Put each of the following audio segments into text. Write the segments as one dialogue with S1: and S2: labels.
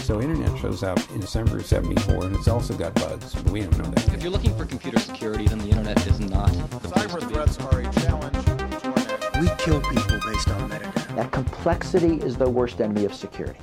S1: So internet shows up in December of 74 and it's also got bugs, but we don't know that.
S2: If you're looking for computer security, then the internet is not the place
S3: Cyber
S2: to be.
S3: threats are a challenge to our nation.
S4: We kill people based on metadata.
S5: That complexity is the worst enemy of security.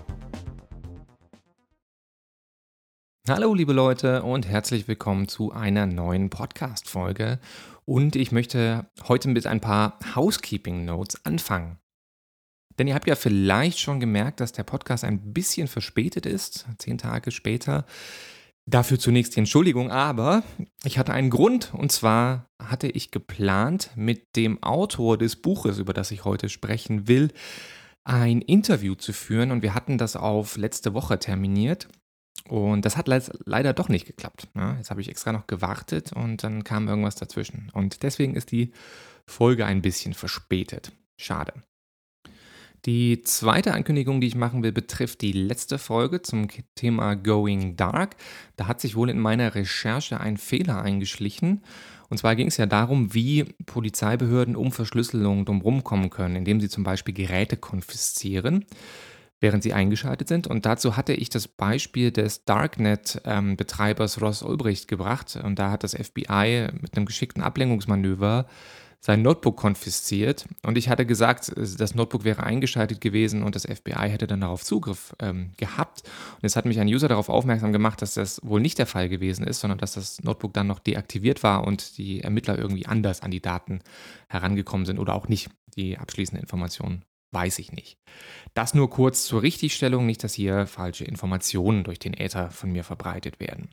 S6: Hallo liebe Leute und herzlich willkommen zu einer neuen Podcast-Folge. Und ich möchte heute mit ein paar Housekeeping-Notes anfangen. Denn ihr habt ja vielleicht schon gemerkt, dass der Podcast ein bisschen verspätet ist, 10 Tage später. Dafür zunächst die Entschuldigung, aber ich hatte einen Grund. Und zwar hatte ich geplant, mit dem Autor des Buches, über das ich heute sprechen will, ein Interview zu führen. Und wir hatten das auf letzte Woche terminiert. Und das hat leider doch nicht geklappt. Ja, jetzt habe ich extra noch gewartet und dann kam irgendwas dazwischen. Und deswegen ist die Folge ein bisschen verspätet. Schade. Die zweite Ankündigung, die ich machen will, betrifft die letzte Folge zum Thema Going Dark. Da hat sich wohl in meiner Recherche ein Fehler eingeschlichen. Und zwar ging es ja darum, wie Polizeibehörden um Verschlüsselung drumherum kommen können, indem sie zum Beispiel Geräte konfiszieren, während sie eingeschaltet sind. Und dazu hatte ich das Beispiel des Darknet-Betreibers Ross Ulbricht gebracht. Und da hat das FBI mit einem geschickten Ablenkungsmanöver sein Notebook konfisziert. Und ich hatte gesagt, das Notebook wäre eingeschaltet gewesen und das FBI hätte dann darauf Zugriff gehabt. Und jetzt hat mich ein User darauf aufmerksam gemacht, dass das wohl nicht der Fall gewesen ist, sondern dass das Notebook dann noch deaktiviert war und die Ermittler irgendwie anders an die Daten herangekommen sind oder auch nicht. Die abschließende Information weiß ich nicht. Das nur kurz zur Richtigstellung, nicht, dass hier falsche Informationen durch den Äther von mir verbreitet werden.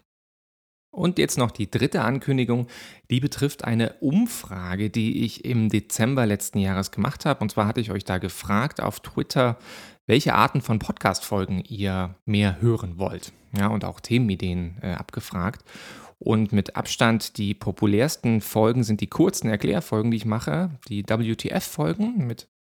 S6: Und jetzt noch die dritte Ankündigung, die betrifft eine Umfrage, die ich im Dezember letzten Jahres gemacht habe. Und zwar hatte ich euch da gefragt auf Twitter, welche Arten von Podcast-Folgen ihr mehr hören wollt. Ja, und auch Themenideen abgefragt. Und mit Abstand die populärsten Folgen sind die kurzen Erklärfolgen, die ich mache, die WTF-Folgen mit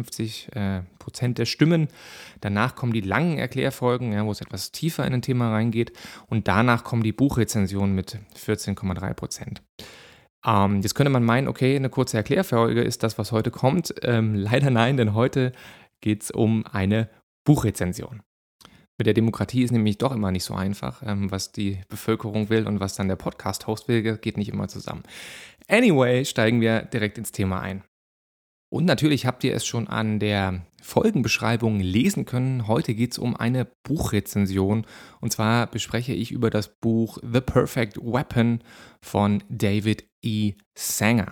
S6: 57% der Stimmen. Danach kommen die langen Erklärfolgen, ja, wo es etwas tiefer in ein Thema reingeht. Und danach kommen die Buchrezensionen mit 14,3%. Jetzt könnte man meinen, okay, eine kurze Erklärfolge ist das, was heute kommt. Leider nein, denn heute geht es um eine Buchrezension. Mit der Demokratie ist nämlich doch immer nicht so einfach, was die Bevölkerung will und was dann der Podcast-Host will, geht nicht immer zusammen. Anyway, steigen wir direkt ins Thema ein. Und natürlich habt ihr es schon an der Folgenbeschreibung lesen können. Heute geht es um eine Buchrezension. Und zwar bespreche ich über das Buch The Perfect Weapon von David E. Sanger.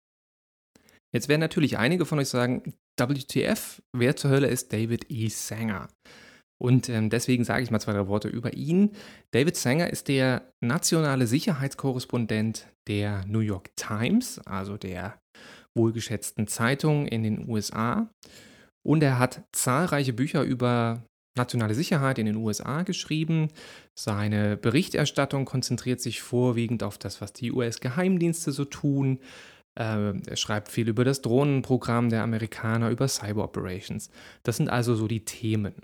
S6: Jetzt werden natürlich einige von euch sagen, WTF, wer zur Hölle ist David E. Sanger? Und deswegen sage ich mal 2, 3 Worte über ihn. David Sanger ist der nationale Sicherheitskorrespondent der New York Times, also der wohlgeschätzten Zeitung in den USA. Und er hat zahlreiche Bücher über nationale Sicherheit in den USA geschrieben. Seine Berichterstattung konzentriert sich vorwiegend auf das, was die US-Geheimdienste so tun. Er schreibt viel über das Drohnenprogramm der Amerikaner, über Cyber-Operations. Das sind also so die Themen.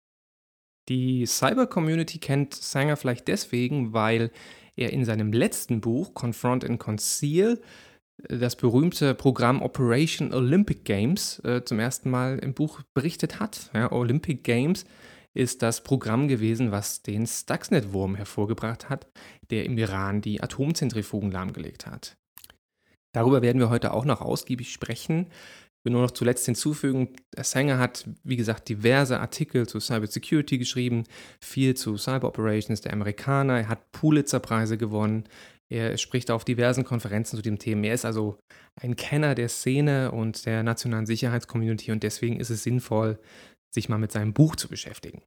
S6: Die Cyber-Community kennt Sanger vielleicht deswegen, weil er in seinem letzten Buch Confront and Conceal das berühmte Programm Operation Olympic Games zum ersten Mal im Buch berichtet hat. Ja, Olympic Games ist das Programm gewesen, was den Stuxnet-Wurm hervorgebracht hat, der im Iran die Atomzentrifugen lahmgelegt hat. Darüber werden wir heute auch noch ausgiebig sprechen. Ich will nur noch zuletzt hinzufügen, Sanger hat, wie gesagt, diverse Artikel zu Cybersecurity geschrieben, viel zu Cyber Operations der Amerikaner, er hat Pulitzer-Preise gewonnen, er spricht auf diversen Konferenzen zu dem Thema. Er ist also ein Kenner der Szene und der nationalen Sicherheitscommunity und deswegen ist es sinnvoll, sich mal mit seinem Buch zu beschäftigen.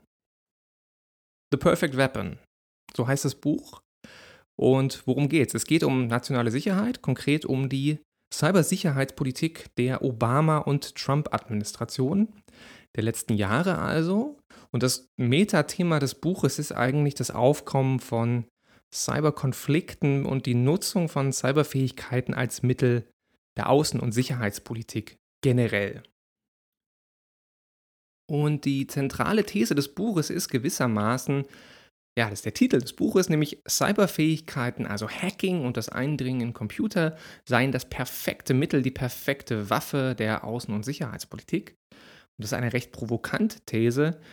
S6: The Perfect Weapon, so heißt das Buch. Und worum geht's? Es geht um nationale Sicherheit, konkret um die Cybersicherheitspolitik der Obama- und Trump-Administration der letzten Jahre also. Und das Metathema des Buches ist eigentlich das Aufkommen von Cyberkonflikten und die Nutzung von Cyberfähigkeiten als Mittel der Außen- und Sicherheitspolitik generell. Und die zentrale These des Buches ist gewissermaßen, ja, das ist der Titel des Buches, nämlich Cyberfähigkeiten, also Hacking und das Eindringen in Computer, seien das perfekte Mittel, die perfekte Waffe der Außen- und Sicherheitspolitik. Und das ist eine recht provokante These,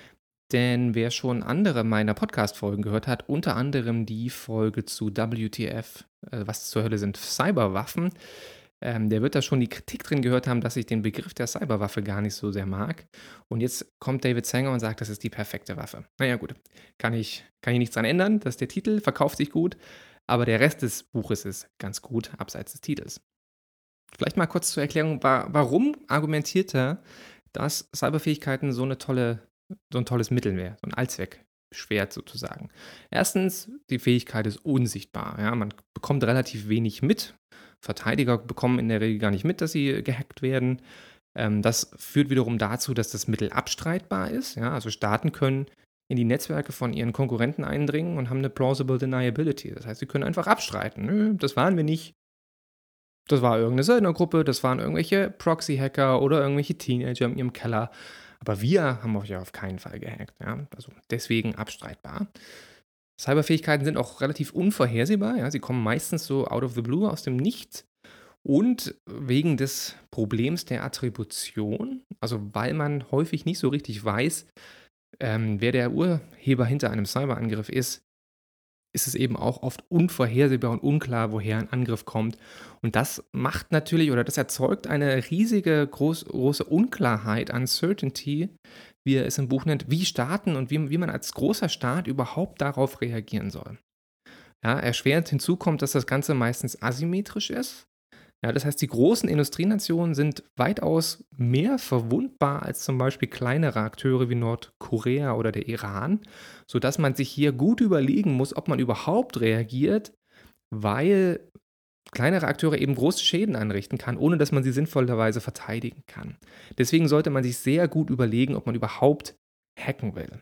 S6: Denn wer schon andere meiner Podcast-Folgen gehört hat, unter anderem die Folge zu WTF, was zur Hölle sind Cyberwaffen, der wird da schon die Kritik drin gehört haben, dass ich den Begriff der Cyberwaffe gar nicht so sehr mag. Und jetzt kommt David Sanger und sagt, das ist die perfekte Waffe. Naja gut, kann ich nichts dran ändern, das ist der Titel, verkauft sich gut, aber der Rest des Buches ist ganz gut, abseits des Titels. Vielleicht mal kurz zur Erklärung, warum argumentiert er, dass Cyberfähigkeiten so ein tolles Mittel wäre, so ein Allzweckschwert sozusagen. Erstens, die Fähigkeit ist unsichtbar. Ja? Man bekommt relativ wenig mit. Verteidiger bekommen in der Regel gar nicht mit, dass sie gehackt werden. Das führt wiederum dazu, dass das Mittel abstreitbar ist. Ja? Also Staaten können in die Netzwerke von ihren Konkurrenten eindringen und haben eine plausible deniability. Das heißt, sie können einfach abstreiten. Nö, das waren wir nicht. Das war irgendeine Söldnergruppe, das waren irgendwelche Proxy-Hacker oder irgendwelche Teenager in ihrem Keller. Aber wir haben euch ja auf keinen Fall gehackt. Ja? Also deswegen abstreitbar. Cyberfähigkeiten sind auch relativ unvorhersehbar. Ja? Sie kommen meistens so out of the blue, aus dem Nichts. Und wegen des Problems der Attribution, also weil man häufig nicht so richtig weiß, wer der Urheber hinter einem Cyberangriff ist es eben auch oft unvorhersehbar und unklar, woher ein Angriff kommt. Und das macht natürlich, oder das erzeugt eine riesige, große Unklarheit, Uncertainty, wie er es im Buch nennt, wie Staaten und wie man als großer Staat überhaupt darauf reagieren soll. Ja, erschwerend hinzu kommt, dass das Ganze meistens asymmetrisch ist. Ja, das heißt, die großen Industrienationen sind weitaus mehr verwundbar als zum Beispiel kleinere Akteure wie Nordkorea oder der Iran, sodass man sich hier gut überlegen muss, ob man überhaupt reagiert, weil kleinere Akteure eben große Schäden anrichten kann, ohne dass man sie sinnvollerweise verteidigen kann. Deswegen sollte man sich sehr gut überlegen, ob man überhaupt hacken will.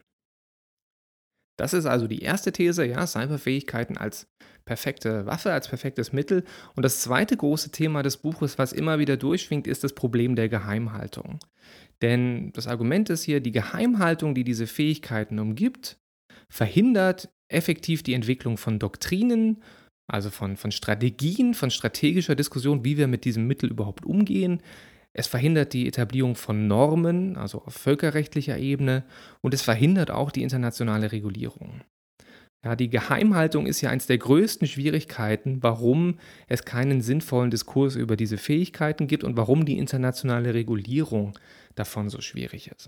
S6: Das ist also die erste These, ja, Cyberfähigkeiten als perfekte Waffe, als perfektes Mittel. Und das zweite große Thema des Buches, was immer wieder durchschwingt, ist das Problem der Geheimhaltung. Denn das Argument ist hier, die Geheimhaltung, die diese Fähigkeiten umgibt, verhindert effektiv die Entwicklung von Doktrinen, also von Strategien, von strategischer Diskussion, wie wir mit diesem Mittel überhaupt umgehen. Es verhindert die Etablierung von Normen, also auf völkerrechtlicher Ebene, und es verhindert auch die internationale Regulierung. Ja, die Geheimhaltung ist ja eines der größten Schwierigkeiten, warum es keinen sinnvollen Diskurs über diese Fähigkeiten gibt und warum die internationale Regulierung davon so schwierig ist.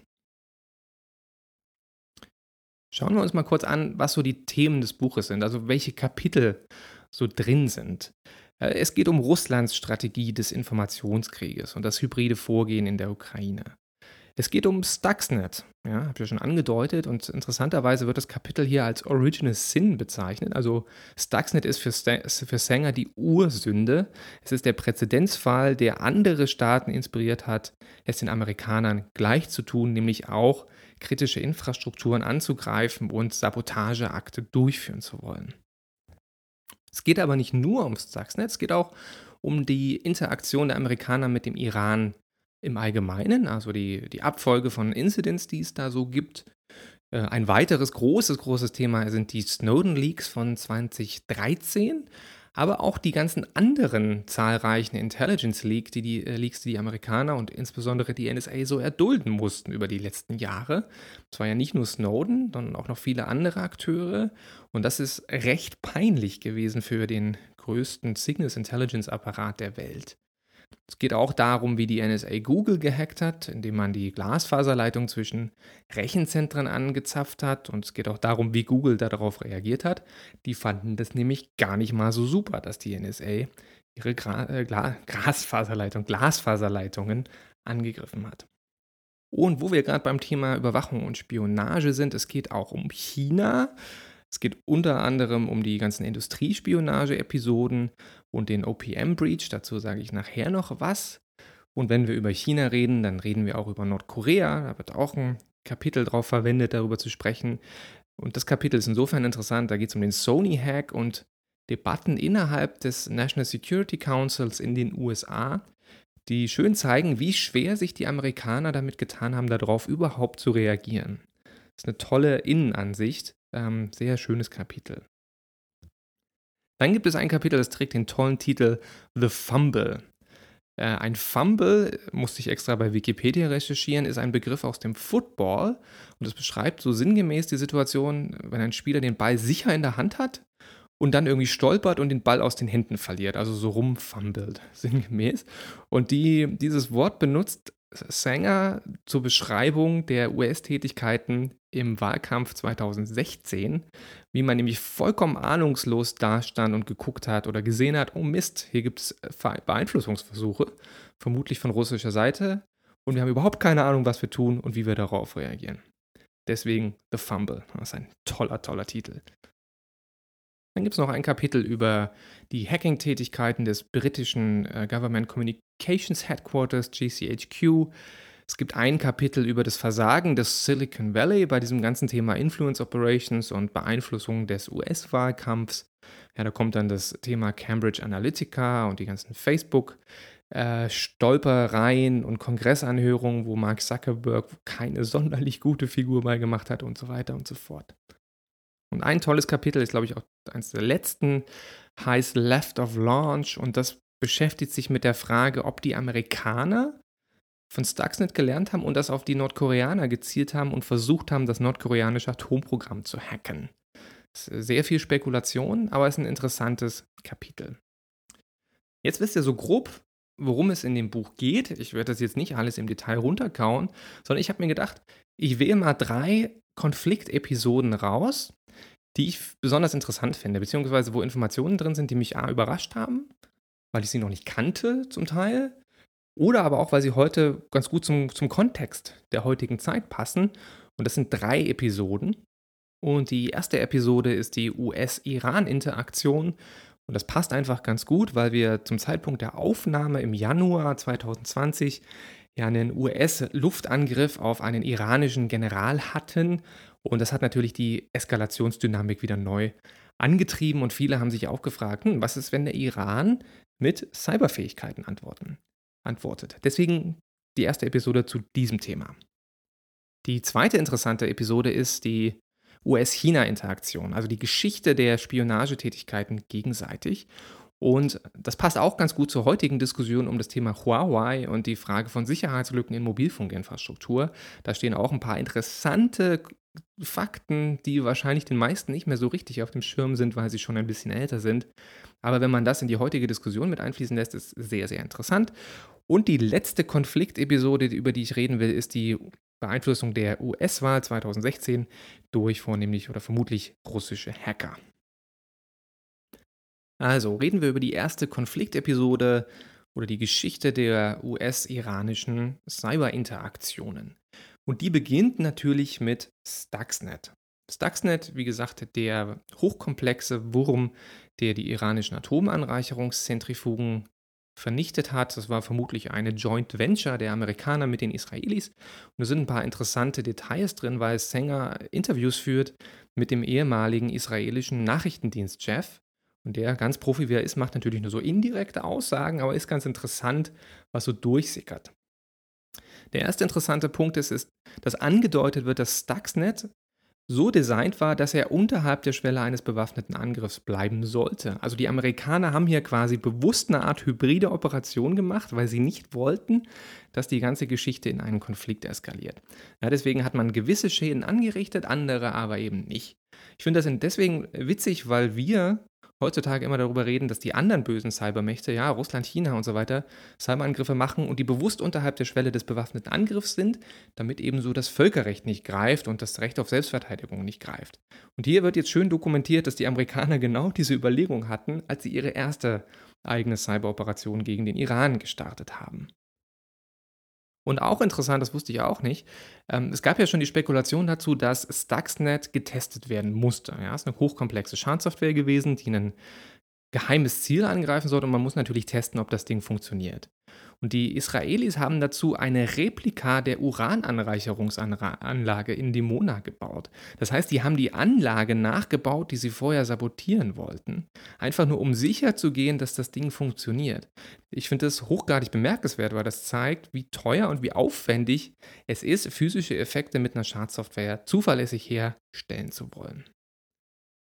S6: Schauen wir uns mal kurz an, was so die Themen des Buches sind, also welche Kapitel so drin sind. Es geht um Russlands Strategie des Informationskrieges und das hybride Vorgehen in der Ukraine. Es geht um Stuxnet, ja, habe ich ja schon angedeutet, und interessanterweise wird das Kapitel hier als Original Sin bezeichnet. Also Stuxnet ist für Sanger die Ursünde. Es ist der Präzedenzfall, der andere Staaten inspiriert hat, es den Amerikanern gleich zu tun, nämlich auch kritische Infrastrukturen anzugreifen und Sabotageakte durchführen zu wollen. Es geht aber nicht nur um Stuxnet, es geht auch um die Interaktion der Amerikaner mit dem Iran im Allgemeinen, also die Abfolge von Incidents, die es da so gibt. Ein weiteres großes Thema sind die Snowden-Leaks von 2013, aber auch die ganzen anderen zahlreichen Intelligence-Leaks, die Amerikaner und insbesondere die NSA so erdulden mussten über die letzten Jahre. Es war ja nicht nur Snowden, sondern auch noch viele andere Akteure. Und das ist recht peinlich gewesen für den größten Signals-Intelligence-Apparat der Welt. Es geht auch darum, wie die NSA Google gehackt hat, indem man die Glasfaserleitung zwischen Rechenzentren angezapft hat. Und es geht auch darum, wie Google darauf reagiert hat. Die fanden das nämlich gar nicht mal so super, dass die NSA ihre Glasfaserleitungen angegriffen hat. Und wo wir gerade beim Thema Überwachung und Spionage sind, es geht auch um China. Es geht unter anderem um die ganzen Industriespionage-Episoden und den OPM-Breach. Dazu sage ich nachher noch was. Und wenn wir über China reden, dann reden wir auch über Nordkorea. Da wird auch ein Kapitel drauf verwendet, darüber zu sprechen. Und das Kapitel ist insofern interessant. Da geht es um den Sony-Hack und Debatten innerhalb des National Security Councils in den USA, die schön zeigen, wie schwer sich die Amerikaner damit getan haben, darauf überhaupt zu reagieren. Das ist eine tolle Innenansicht. Sehr schönes Kapitel. Dann gibt es ein Kapitel, das trägt den tollen Titel The Fumble. Ein Fumble, musste ich extra bei Wikipedia recherchieren, ist ein Begriff aus dem Football und es beschreibt so sinngemäß die Situation, wenn ein Spieler den Ball sicher in der Hand hat und dann irgendwie stolpert und den Ball aus den Händen verliert, also so rumfummelt, sinngemäß. Und dieses Wort benutzt Sanger zur Beschreibung der US-Tätigkeiten im Wahlkampf 2016, wie man nämlich vollkommen ahnungslos dastand und geguckt hat oder gesehen hat, oh Mist, hier gibt es Beeinflussungsversuche, vermutlich von russischer Seite, und wir haben überhaupt keine Ahnung, was wir tun und wie wir darauf reagieren. Deswegen The Fumble, das ist ein toller, toller Titel. Dann gibt es noch ein Kapitel über die Hacking-Tätigkeiten des britischen Government Communications Headquarters, GCHQ. Es gibt ein Kapitel über das Versagen des Silicon Valley bei diesem ganzen Thema Influence Operations und Beeinflussung des US-Wahlkampfs. Ja, da kommt dann das Thema Cambridge Analytica und die ganzen Facebook-Stolpereien und Kongressanhörungen, wo Mark Zuckerberg keine sonderlich gute Figur bei gemacht hat und so weiter und so fort. Und ein tolles Kapitel ist, glaube ich, auch eines der letzten, heißt Left of Launch, und das beschäftigt sich mit der Frage, ob die Amerikaner von Stuxnet gelernt haben und das auf die Nordkoreaner gezielt haben und versucht haben, das nordkoreanische Atomprogramm zu hacken. Das ist sehr viel Spekulation, aber es ist ein interessantes Kapitel. Jetzt wisst ihr so grob, worum es in dem Buch geht. Ich werde das jetzt nicht alles im Detail runterkauen, sondern ich habe mir gedacht, ich wähle mal 3 Konfliktepisoden raus, die ich besonders interessant finde, beziehungsweise wo Informationen drin sind, die mich überrascht haben, weil ich sie noch nicht kannte zum Teil, oder aber auch, weil sie heute ganz gut zum Kontext der heutigen Zeit passen. Und das sind 3 Episoden. Und die erste Episode ist die US-Iran-Interaktion. Und das passt einfach ganz gut, weil wir zum Zeitpunkt der Aufnahme im Januar 2020 ja einen US-Luftangriff auf einen iranischen General hatten. Und das hat natürlich die Eskalationsdynamik wieder neu angetrieben. Und viele haben sich auch gefragt, was ist, wenn der Iran mit Cyberfähigkeiten antwortet. Deswegen die erste Episode zu diesem Thema. Die zweite interessante Episode ist die US-China-Interaktion, also die Geschichte der Spionagetätigkeiten gegenseitig. Und das passt auch ganz gut zur heutigen Diskussion um das Thema Huawei und die Frage von Sicherheitslücken in Mobilfunkinfrastruktur. Da stehen auch ein paar interessante Fakten, die wahrscheinlich den meisten nicht mehr so richtig auf dem Schirm sind, weil sie schon ein bisschen älter sind. Aber wenn man das in die heutige Diskussion mit einfließen lässt, ist es sehr, sehr interessant. Und die letzte Konfliktepisode, über die ich reden will, ist die Beeinflussung der US-Wahl 2016 durch vornehmlich oder vermutlich russische Hacker. Also reden wir über die erste Konfliktepisode oder die Geschichte der US-iranischen Cyberinteraktionen. Und die beginnt natürlich mit Stuxnet. Stuxnet, wie gesagt, der hochkomplexe Wurm, der die iranischen Atomanreicherungszentrifugen vernichtet hat. Das war vermutlich eine Joint Venture der Amerikaner mit den Israelis. Und da sind ein paar interessante Details drin, weil Sanger Interviews führt mit dem ehemaligen israelischen Nachrichtendienstchef. Und der, ganz Profi wie er ist, macht natürlich nur so indirekte Aussagen, aber ist ganz interessant, was so durchsickert. Der erste interessante Punkt ist, dass angedeutet wird, dass Stuxnet so designt war, dass er unterhalb der Schwelle eines bewaffneten Angriffs bleiben sollte. Also die Amerikaner haben hier quasi bewusst eine Art hybride Operation gemacht, weil sie nicht wollten, dass die ganze Geschichte in einen Konflikt eskaliert. Ja, deswegen hat man gewisse Schäden angerichtet, andere aber eben nicht. Ich finde das deswegen witzig, weil wir heutzutage immer darüber reden, dass die anderen bösen Cybermächte, ja, Russland, China und so weiter, Cyberangriffe machen und die bewusst unterhalb der Schwelle des bewaffneten Angriffs sind, damit eben so das Völkerrecht nicht greift und das Recht auf Selbstverteidigung nicht greift. Und hier wird jetzt schön dokumentiert, dass die Amerikaner genau diese Überlegung hatten, als sie ihre erste eigene Cyberoperation gegen den Iran gestartet haben. Und auch interessant, das wusste ich auch nicht, es gab ja schon die Spekulation dazu, dass Stuxnet getestet werden musste. Ja, es ist eine hochkomplexe Schadsoftware gewesen, die ein geheimes Ziel angreifen sollte und man muss natürlich testen, ob das Ding funktioniert. Und die Israelis haben dazu eine Replika der Urananreicherungsanlage in Dimona gebaut. Das heißt, die haben die Anlage nachgebaut, die sie vorher sabotieren wollten. Einfach nur, um sicher zu gehen, dass das Ding funktioniert. Ich finde das hochgradig bemerkenswert, weil das zeigt, wie teuer und wie aufwendig es ist, physische Effekte mit einer Schadsoftware zuverlässig herstellen zu wollen.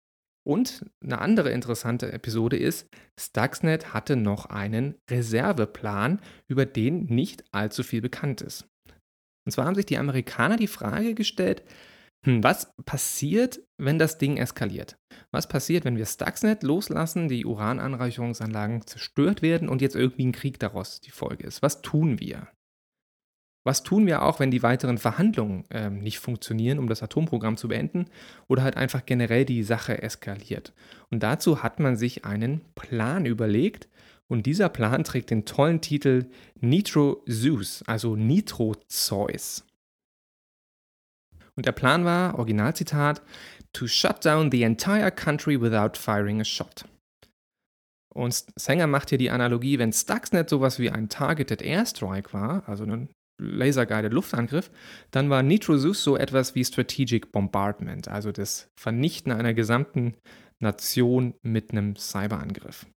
S6: Und eine andere interessante Episode ist, Stuxnet hatte noch einen Reserveplan, über den nicht allzu viel bekannt ist. Und zwar haben sich die Amerikaner die Frage gestellt, was passiert, wenn das Ding eskaliert? Was passiert, wenn wir Stuxnet loslassen, die Urananreicherungsanlagen zerstört werden und jetzt irgendwie ein Krieg daraus die Folge ist? Was tun wir? Was tun wir auch, wenn die weiteren Verhandlungen nicht funktionieren, um das Atomprogramm zu beenden oder halt einfach generell die Sache eskaliert? Und dazu hat man sich einen Plan überlegt und dieser Plan trägt den tollen Titel Nitro Zeus, also Nitro Zeus. Und der Plan war, Originalzitat, to shut down the entire country without firing a shot. Und Sanger macht hier die Analogie, wenn Stuxnet sowas wie ein Targeted Airstrike war, also ein Laser-Guided Luftangriff, dann war Nitro Zeus so etwas wie Strategic Bombardment, also das Vernichten einer gesamten Nation mit einem Cyberangriff.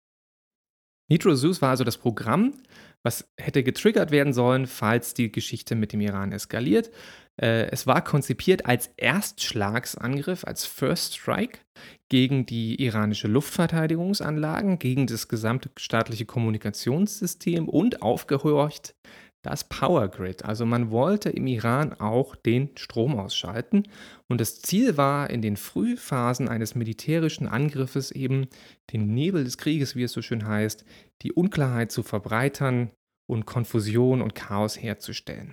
S6: Nitro Zeus war also das Programm, was hätte getriggert werden sollen, falls die Geschichte mit dem Iran eskaliert. Es war konzipiert als Erstschlagsangriff, als First Strike gegen die iranische Luftverteidigungsanlagen, gegen das gesamte staatliche Kommunikationssystem und aufgehorcht das Power Grid. Also man wollte im Iran auch den Strom ausschalten und das Ziel war in den Frühphasen eines militärischen Angriffes eben den Nebel des Krieges, wie es so schön heißt, die Unklarheit zu verbreitern und Konfusion und Chaos herzustellen.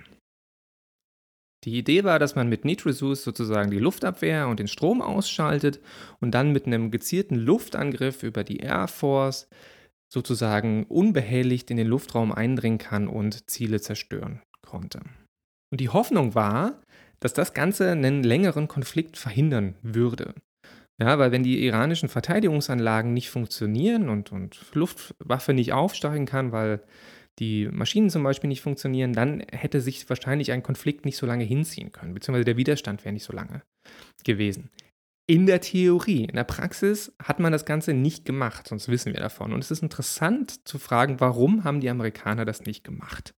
S6: Die Idee war, dass man mit Nitro Zeus sozusagen die Luftabwehr und den Strom ausschaltet und dann mit einem gezielten Luftangriff über die Air Force sozusagen unbehelligt in den Luftraum eindringen kann und Ziele zerstören konnte. Und die Hoffnung war, dass das Ganze einen längeren Konflikt verhindern würde. Ja, weil wenn die iranischen Verteidigungsanlagen nicht funktionieren und Luftwaffe nicht aufsteigen kann, weil die Maschinen zum Beispiel nicht funktionieren, dann hätte sich wahrscheinlich ein Konflikt nicht so lange hinziehen können, beziehungsweise der Widerstand wäre nicht so lange gewesen. In der Theorie, in der Praxis hat man das Ganze nicht gemacht, sonst wissen wir davon. Und es ist interessant zu fragen, warum haben die Amerikaner das nicht gemacht?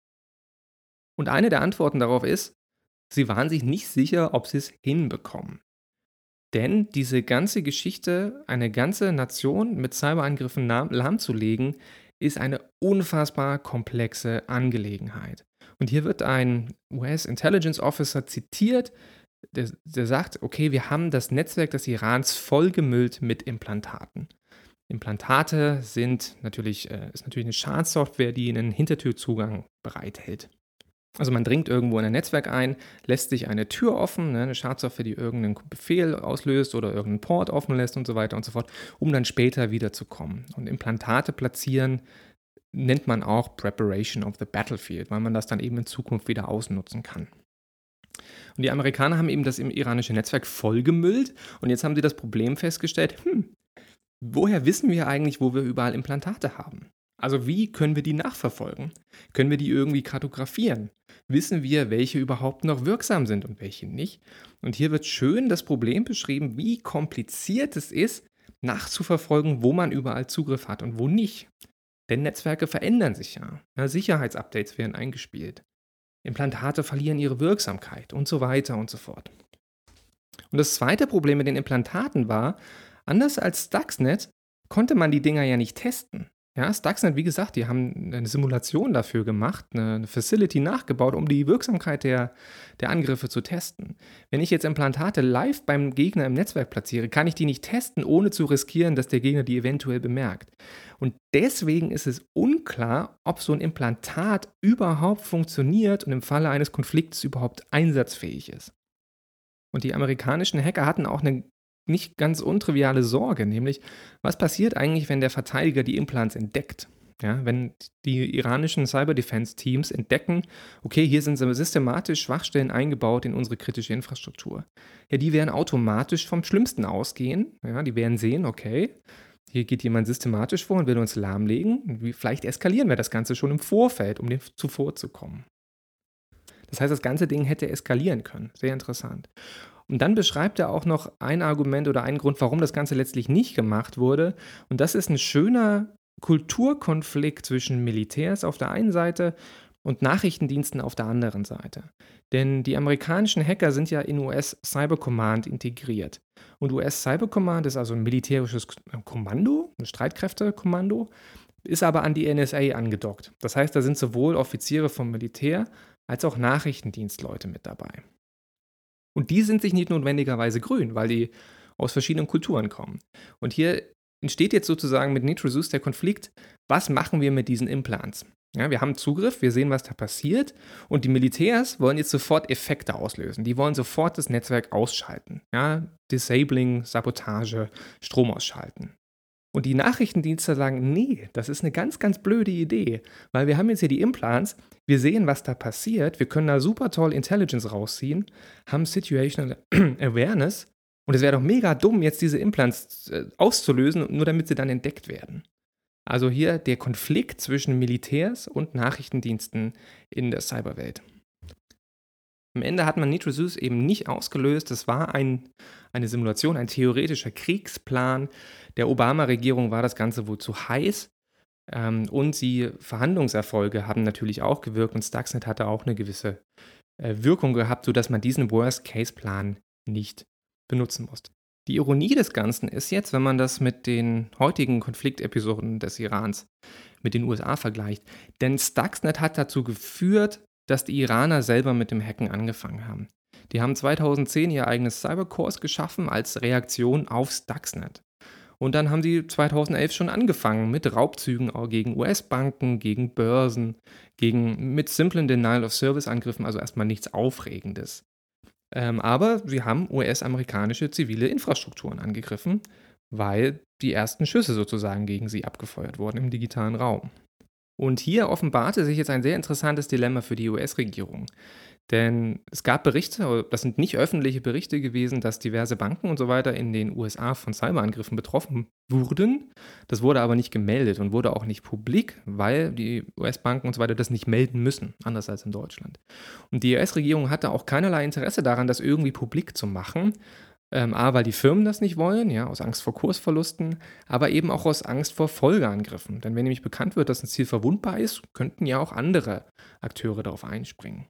S6: Und eine der Antworten darauf ist, sie waren sich nicht sicher, ob sie es hinbekommen. Denn diese ganze Geschichte, eine ganze Nation mit Cyberangriffen lahmzulegen, ist eine unfassbar komplexe Angelegenheit. Und hier wird ein US Intelligence Officer zitiert, der sagt, okay, wir haben das Netzwerk des Irans vollgemüllt mit Implantaten. Implantate ist natürlich eine Schadsoftware, die einen Hintertürzugang bereithält. Also man dringt irgendwo in ein Netzwerk ein, lässt sich eine Tür offen, eine Schadsoftware, die irgendeinen Befehl auslöst oder irgendeinen Port offen lässt und so weiter und so fort, um dann später wiederzukommen. Und Implantate platzieren nennt man auch Preparation of the Battlefield, weil man das dann eben in Zukunft wieder ausnutzen kann. Und die Amerikaner haben eben das iranische Netzwerk vollgemüllt und jetzt haben sie das Problem festgestellt, woher wissen wir eigentlich, wo wir überall Implantate haben? Also wie können wir die nachverfolgen? Können wir die irgendwie kartografieren? Wissen wir, welche überhaupt noch wirksam sind und welche nicht? Und hier wird schön das Problem beschrieben, wie kompliziert es ist, nachzuverfolgen, wo man überall Zugriff hat und wo nicht. Denn Netzwerke verändern sich ja. Sicherheitsupdates werden eingespielt. Implantate verlieren ihre Wirksamkeit und so weiter und so fort. Und das zweite Problem mit den Implantaten war, anders als Stuxnet konnte man die Dinger ja nicht testen. Ja, Stuxnet, wie gesagt, die haben eine Simulation dafür gemacht, eine Facility nachgebaut, um die Wirksamkeit der Angriffe zu testen. Wenn ich jetzt Implantate live beim Gegner im Netzwerk platziere, kann ich die nicht testen, ohne zu riskieren, dass der Gegner die eventuell bemerkt. Und deswegen ist es unklar, ob so ein Implantat überhaupt funktioniert und im Falle eines Konflikts überhaupt einsatzfähig ist. Und die amerikanischen Hacker hatten auch eine nicht ganz untriviale Sorge, nämlich, was passiert eigentlich, wenn der Verteidiger die Implants entdeckt? Ja, wenn die iranischen Cyber-Defense-Teams entdecken, okay, hier sind systematisch Schwachstellen eingebaut in unsere kritische Infrastruktur. Ja, die werden automatisch vom Schlimmsten ausgehen. Ja, die werden sehen, okay, hier geht jemand systematisch vor und will uns lahmlegen. Vielleicht eskalieren wir das Ganze schon im Vorfeld, um dem zuvorzukommen. Das heißt, das ganze Ding hätte eskalieren können. Sehr interessant. Und dann beschreibt er auch noch ein Argument oder einen Grund, warum das Ganze letztlich nicht gemacht wurde. Und das ist ein schöner Kulturkonflikt zwischen Militärs auf der einen Seite und Nachrichtendiensten auf der anderen Seite. Denn die amerikanischen Hacker sind ja in US Cyber Command integriert. Und US Cyber Command ist also ein militärisches Kommando, ein Streitkräftekommando, ist aber an die NSA angedockt. Das heißt, da sind sowohl Offiziere vom Militär als auch Nachrichtendienstleute mit dabei. Und die sind sich nicht notwendigerweise grün, weil die aus verschiedenen Kulturen kommen. Und hier entsteht jetzt sozusagen mit Nitrosus der Konflikt, was machen wir mit diesen Implants? Ja, wir haben Zugriff, wir sehen, was da passiert und die Militärs wollen jetzt sofort Effekte auslösen. Die wollen sofort das Netzwerk ausschalten. Ja, Disabling, Sabotage, Strom ausschalten. Und die Nachrichtendienste sagen, nee, das ist eine ganz, ganz blöde Idee, weil wir haben jetzt hier die Implants, wir sehen, was da passiert, wir können da super toll Intelligence rausziehen, haben Situational Awareness und es wäre doch mega dumm, jetzt diese Implants auszulösen, nur damit sie dann entdeckt werden. Also hier der Konflikt zwischen Militärs und Nachrichtendiensten in der Cyberwelt. Am Ende hat man Nitrosus eben nicht ausgelöst. Es war eine Simulation, ein theoretischer Kriegsplan. Der Obama-Regierung war das Ganze wohl zu heiß. Und die Verhandlungserfolge haben natürlich auch gewirkt und Stuxnet hatte auch eine gewisse Wirkung gehabt, sodass man diesen Worst-Case-Plan nicht benutzen musste. Die Ironie des Ganzen ist jetzt, wenn man das mit den heutigen Konfliktepisoden des Irans mit den USA vergleicht, denn Stuxnet hat dazu geführt, dass die Iraner selber mit dem Hacken angefangen haben. Die haben 2010 ihr eigenes Cybercourse geschaffen als Reaktion auf Stuxnet. Und dann haben sie 2011 schon angefangen mit Raubzügen gegen US-Banken, gegen Börsen, mit simplen Denial-of-Service-Angriffen, also erstmal nichts Aufregendes. Aber sie haben US-amerikanische zivile Infrastrukturen angegriffen, weil die ersten Schüsse sozusagen gegen sie abgefeuert wurden im digitalen Raum. Und hier offenbarte sich jetzt ein sehr interessantes Dilemma für die US-Regierung. Denn es gab Berichte, das sind nicht öffentliche Berichte gewesen, dass diverse Banken und so weiter in den USA von Cyberangriffen betroffen wurden. Das wurde aber nicht gemeldet und wurde auch nicht publik, weil die US-Banken und so weiter das nicht melden müssen, anders als in Deutschland. Und die US-Regierung hatte auch keinerlei Interesse daran, das irgendwie publik zu machen. A, weil die Firmen das nicht wollen, ja, aus Angst vor Kursverlusten, aber eben auch aus Angst vor Folgeangriffen. Denn wenn nämlich bekannt wird, dass ein Ziel verwundbar ist, könnten ja auch andere Akteure darauf einspringen.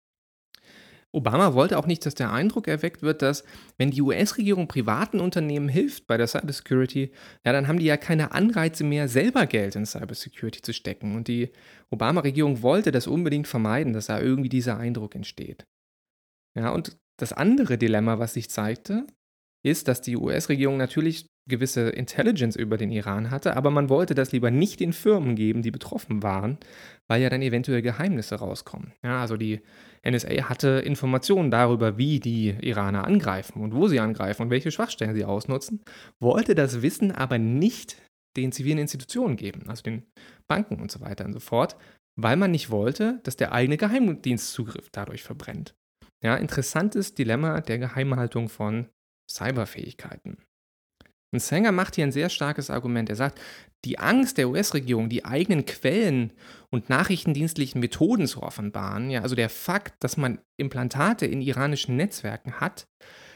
S6: Obama wollte auch nicht, dass der Eindruck erweckt wird, dass, wenn die US-Regierung privaten Unternehmen hilft bei der Cybersecurity, ja, dann haben die ja keine Anreize mehr, selber Geld in Cybersecurity zu stecken. Und die Obama-Regierung wollte das unbedingt vermeiden, dass da irgendwie dieser Eindruck entsteht. Ja, und das andere Dilemma, was sich zeigte, ist, dass die US-Regierung natürlich gewisse Intelligence über den Iran hatte, aber man wollte das lieber nicht den Firmen geben, die betroffen waren, weil ja dann eventuell Geheimnisse rauskommen. Ja, also die NSA hatte Informationen darüber, wie die Iraner angreifen und wo sie angreifen und welche Schwachstellen sie ausnutzen, wollte das Wissen aber nicht den zivilen Institutionen geben, also den Banken und so weiter und so fort, weil man nicht wollte, dass der eigene Geheimdienstzugriff dadurch verbrennt. Ja, interessantes Dilemma der Geheimhaltung von Cyberfähigkeiten. Und Sanger macht hier ein sehr starkes Argument. Er sagt, die Angst der US-Regierung, die eigenen Quellen und nachrichtendienstlichen Methoden zu offenbaren, ja, also der Fakt, dass man Implantate in iranischen Netzwerken hat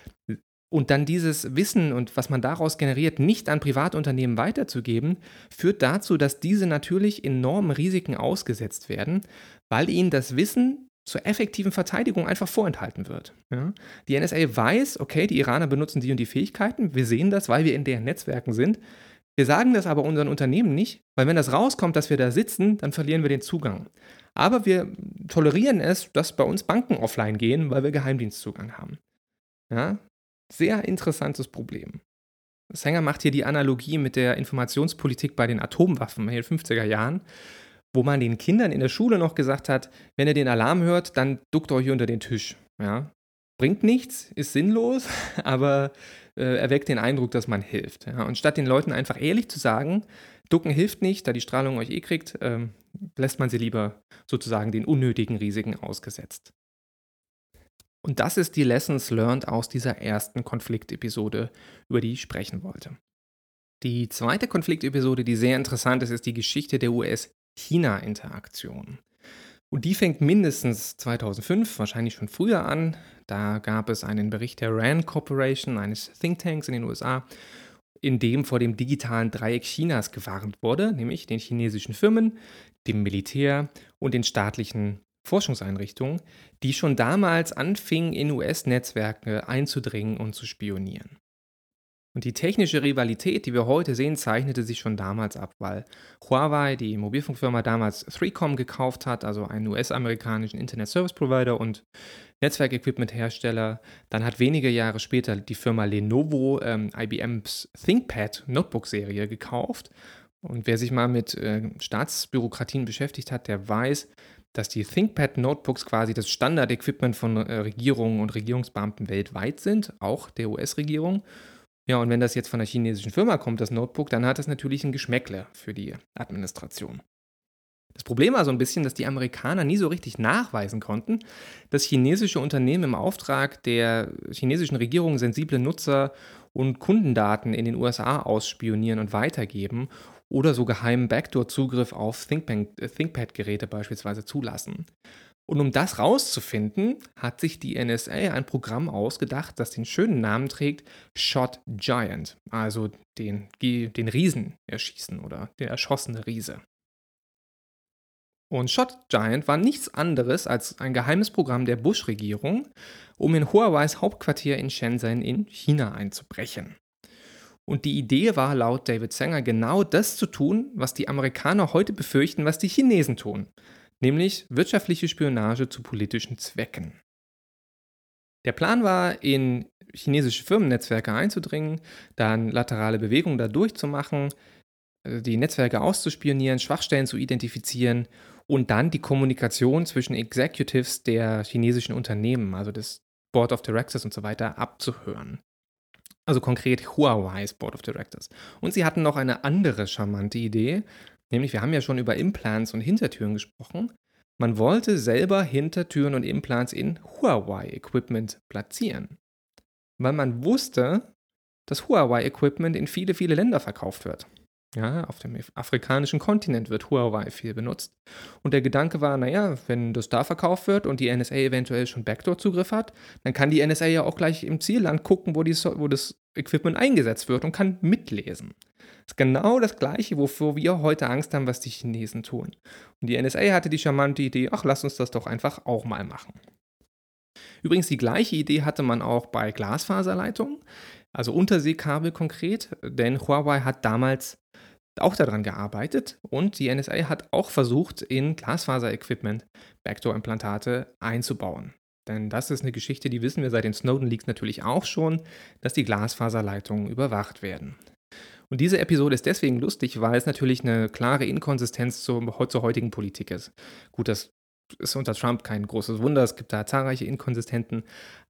S6: und dann dieses Wissen und was man daraus generiert, nicht an Privatunternehmen weiterzugeben, führt dazu, dass diese natürlich enormen Risiken ausgesetzt werden, weil ihnen das Wissen zur effektiven Verteidigung einfach vorenthalten wird. Ja? Die NSA weiß, okay, die Iraner benutzen die und die Fähigkeiten, wir sehen das, weil wir in deren Netzwerken sind. Wir sagen das aber unseren Unternehmen nicht, weil wenn das rauskommt, dass wir da sitzen, dann verlieren wir den Zugang. Aber wir tolerieren es, dass bei uns Banken offline gehen, weil wir Geheimdienstzugang haben. Ja? Sehr interessantes Problem. Sanger macht hier die Analogie mit der Informationspolitik bei den Atomwaffen in den 50er Jahren, wo man den Kindern in der Schule noch gesagt hat, wenn ihr den Alarm hört, dann duckt euch unter den Tisch. Ja? Bringt nichts, ist sinnlos, aber erweckt den Eindruck, dass man hilft. Ja? Und statt den Leuten einfach ehrlich zu sagen, ducken hilft nicht, da die Strahlung euch kriegt, lässt man sie lieber sozusagen den unnötigen Risiken ausgesetzt. Und das ist die Lessons learned aus dieser ersten Konfliktepisode, über die ich sprechen wollte. Die zweite Konfliktepisode, die sehr interessant ist, ist die Geschichte der US-China-Interaktion. Und die fängt mindestens 2005, wahrscheinlich schon früher an. Da gab es einen Bericht der RAND Corporation, eines Thinktanks in den USA. in dem vor dem digitalen Dreieck Chinas gewarnt wurde, nämlich den chinesischen Firmen, dem Militär und den staatlichen Forschungseinrichtungen, die schon damals anfingen, in US-Netzwerke einzudringen und zu spionieren. Und die technische Rivalität, die wir heute sehen, zeichnete sich schon damals ab, weil Huawei, die Mobilfunkfirma, damals 3Com gekauft hat, also einen US-amerikanischen Internet-Service-Provider und Netzwerkequipment-Hersteller. Dann hat wenige Jahre später die Firma Lenovo IBMs ThinkPad-Notebook-Serie gekauft. Und wer sich mal mit Staatsbürokratien beschäftigt hat, der weiß, dass die ThinkPad-Notebooks quasi das Standard-Equipment von Regierungen und Regierungsbeamten weltweit sind, auch der US-Regierung. Ja, und wenn das jetzt von einer chinesischen Firma kommt, das Notebook, dann hat das natürlich ein Geschmäckle für die Administration. Das Problem war so ein bisschen, dass die Amerikaner nie so richtig nachweisen konnten, dass chinesische Unternehmen im Auftrag der chinesischen Regierung sensible Nutzer- und Kundendaten in den USA ausspionieren und weitergeben oder so geheimen Backdoor-Zugriff auf ThinkPad-Geräte beispielsweise zulassen. Und um das rauszufinden, hat sich die NSA ein Programm ausgedacht, das den schönen Namen trägt, Shot Giant, also den Riesen erschießen oder der erschossene Riese. Und Shot Giant war nichts anderes als ein geheimes Programm der Bush-Regierung, um in Huaweis Hauptquartier in Shenzhen in China einzubrechen. Und die Idee war laut David Sanger genau das zu tun, was die Amerikaner heute befürchten, was die Chinesen tun, nämlich wirtschaftliche Spionage zu politischen Zwecken. Der Plan war, in chinesische Firmennetzwerke einzudringen, dann laterale Bewegungen da durchzumachen, die Netzwerke auszuspionieren, Schwachstellen zu identifizieren und dann die Kommunikation zwischen Executives der chinesischen Unternehmen, also des Board of Directors und so weiter, abzuhören. Also konkret Huawei's Board of Directors. Und sie hatten noch eine andere charmante Idee, nämlich wir haben ja schon über Implants und Hintertüren gesprochen. Man wollte selber Hintertüren und Implants in Huawei-Equipment platzieren, weil man wusste, dass Huawei-Equipment in viele, viele Länder verkauft wird. Ja, auf dem afrikanischen Kontinent wird Huawei viel benutzt. Und der Gedanke war, naja, wenn das da verkauft wird und die NSA eventuell schon Backdoor-Zugriff hat, dann kann die NSA ja auch gleich im Zielland gucken, wo das Equipment eingesetzt wird und kann mitlesen. Das ist genau das Gleiche, wovor wir heute Angst haben, was die Chinesen tun. Und die NSA hatte die charmante Idee, ach, lass uns das doch einfach auch mal machen. Übrigens, die gleiche Idee hatte man auch bei Glasfaserleitungen, also Unterseekabel konkret, denn Huawei hat damals auch daran gearbeitet und die NSA hat auch versucht, in Glasfaser-Equipment Backdoor-Implantate einzubauen. Denn das ist eine Geschichte, die wissen wir seit den Snowden-Leaks natürlich auch schon, dass die Glasfaserleitungen überwacht werden. Und diese Episode ist deswegen lustig, weil es natürlich eine klare Inkonsistenz zur heutigen Politik ist. Gut, das ist unter Trump kein großes Wunder, es gibt da zahlreiche Konsistenzen,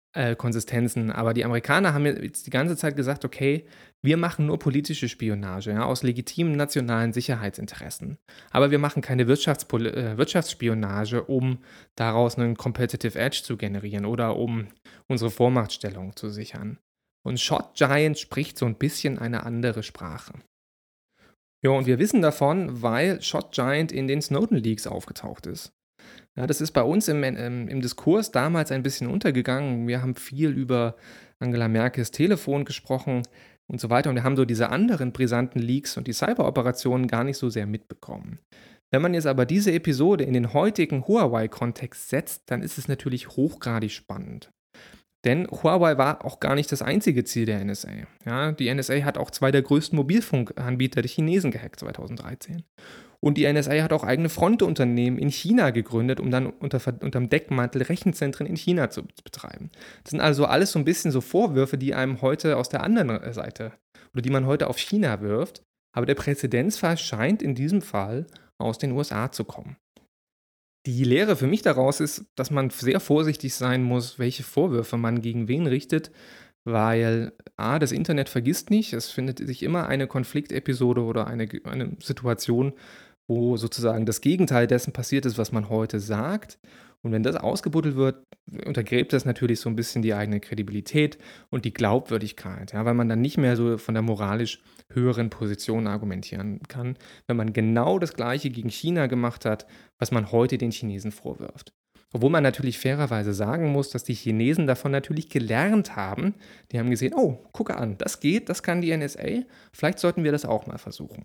S6: aber die Amerikaner haben jetzt die ganze Zeit gesagt, okay, wir machen nur politische Spionage, ja, aus legitimen nationalen Sicherheitsinteressen. Aber wir machen keine Wirtschaftsspionage, um daraus einen Competitive Edge zu generieren oder um unsere Vormachtstellung zu sichern. Und Shot Giant spricht so ein bisschen eine andere Sprache. Ja, und wir wissen davon, weil Shot Giant in den Snowden-Leaks aufgetaucht ist. Ja, das ist bei uns im Diskurs damals ein bisschen untergegangen. Wir haben viel über Angela Merkels Telefon gesprochen und so weiter. Und wir haben so diese anderen brisanten Leaks und die Cyberoperationen gar nicht so sehr mitbekommen. Wenn man jetzt aber diese Episode in den heutigen Huawei-Kontext setzt, dann ist es natürlich hochgradig spannend. Denn Huawei war auch gar nicht das einzige Ziel der NSA. Ja, die NSA hat auch 2 der größten Mobilfunkanbieter der Chinesen gehackt 2013. Und die NSA hat auch eigene Frontunternehmen in China gegründet, um dann unterm Deckmantel Rechenzentren in China zu betreiben. Das sind also alles so ein bisschen so Vorwürfe, die einem heute aus der anderen Seite oder die man heute auf China wirft. Aber der Präzedenzfall scheint in diesem Fall aus den USA zu kommen. Die Lehre für mich daraus ist, dass man sehr vorsichtig sein muss, welche Vorwürfe man gegen wen richtet, weil das Internet vergisst nicht, es findet sich immer eine Konfliktepisode oder eine Situation, wo sozusagen das Gegenteil dessen passiert ist, was man heute sagt. Und wenn das ausgebuddelt wird, untergräbt das natürlich so ein bisschen die eigene Kredibilität und die Glaubwürdigkeit, ja, weil man dann nicht mehr so von der moralisch höheren Position argumentieren kann, wenn man genau das Gleiche gegen China gemacht hat, was man heute den Chinesen vorwirft. Obwohl man natürlich fairerweise sagen muss, dass die Chinesen davon natürlich gelernt haben. Die haben gesehen, oh, gucke an, das geht, das kann die NSA, vielleicht sollten wir das auch mal versuchen.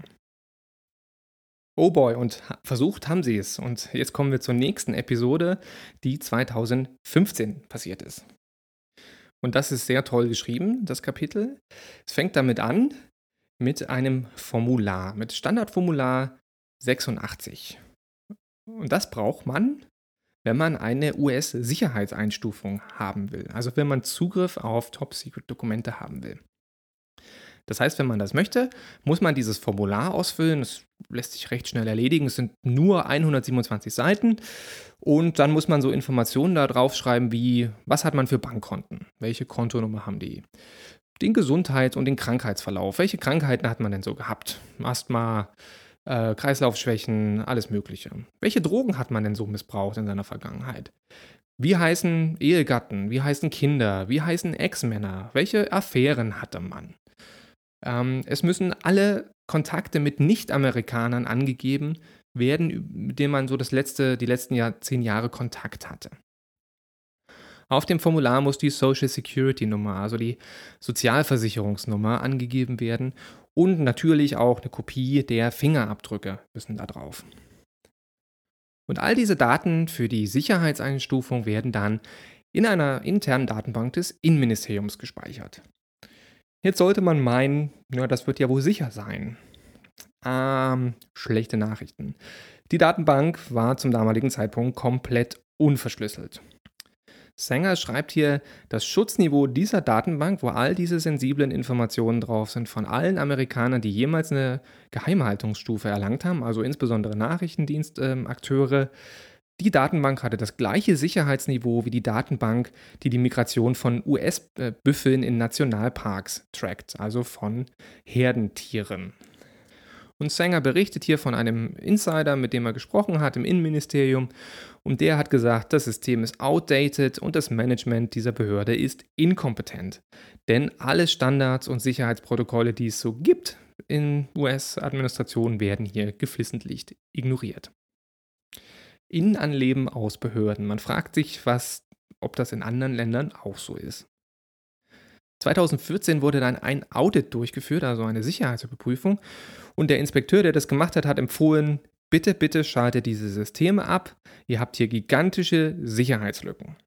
S6: Oh boy, und versucht haben sie es. Und jetzt kommen wir zur nächsten Episode, die 2015 passiert ist. Und das ist sehr toll geschrieben, das Kapitel. Es fängt damit an mit einem Formular, mit Standardformular 86. Und das braucht man, wenn man eine US-Sicherheitseinstufung haben will. Also wenn man Zugriff auf Top-Secret-Dokumente haben will. Das heißt, wenn man das möchte, muss man dieses Formular ausfüllen. Das lässt sich recht schnell erledigen. Es sind nur 127 Seiten. Und dann muss man so Informationen da draufschreiben wie, was hat man für Bankkonten? Welche Kontonummer haben die? Den Gesundheits- und den Krankheitsverlauf. Welche Krankheiten hat man denn so gehabt? Asthma, Kreislaufschwächen, alles Mögliche. Welche Drogen hat man denn so missbraucht in seiner Vergangenheit? Wie heißen Ehegatten? Wie heißen Kinder? Wie heißen Ex-Männer? Welche Affären hatte man? Es müssen alle Kontakte mit Nicht-Amerikanern angegeben werden, mit denen man so die letzten 10 Jahre Kontakt hatte. Auf dem Formular muss die Social Security Nummer, also die Sozialversicherungsnummer, angegeben werden und natürlich auch eine Kopie der Fingerabdrücke müssen da drauf. Und all diese Daten für die Sicherheitseinstufung werden dann in einer internen Datenbank des Innenministeriums gespeichert. Jetzt sollte man meinen, ja, das wird ja wohl sicher sein. Schlechte Nachrichten. Die Datenbank war zum damaligen Zeitpunkt komplett unverschlüsselt. Sanger schreibt hier, das Schutzniveau dieser Datenbank, wo all diese sensiblen Informationen drauf sind, von allen Amerikanern, die jemals eine Geheimhaltungsstufe erlangt haben, also insbesondere Nachrichtendienstakteure, die Datenbank hatte das gleiche Sicherheitsniveau wie die Datenbank, die die Migration von US-Büffeln in Nationalparks trackt, also von Herdentieren. Und Sanger berichtet hier von einem Insider, mit dem er gesprochen hat im Innenministerium. Und der hat gesagt, das System ist outdated und das Management dieser Behörde ist inkompetent. Denn alle Standards und Sicherheitsprotokolle, die es so gibt in US-Administrationen, werden hier geflissentlich ignoriert. Innenanleben aus Behörden. Man fragt sich, ob das in anderen Ländern auch so ist. 2014 wurde dann ein Audit durchgeführt, also eine Sicherheitsüberprüfung. Und der Inspekteur, der das gemacht hat, hat empfohlen, bitte schaltet diese Systeme ab. Ihr habt hier gigantische Sicherheitslücken.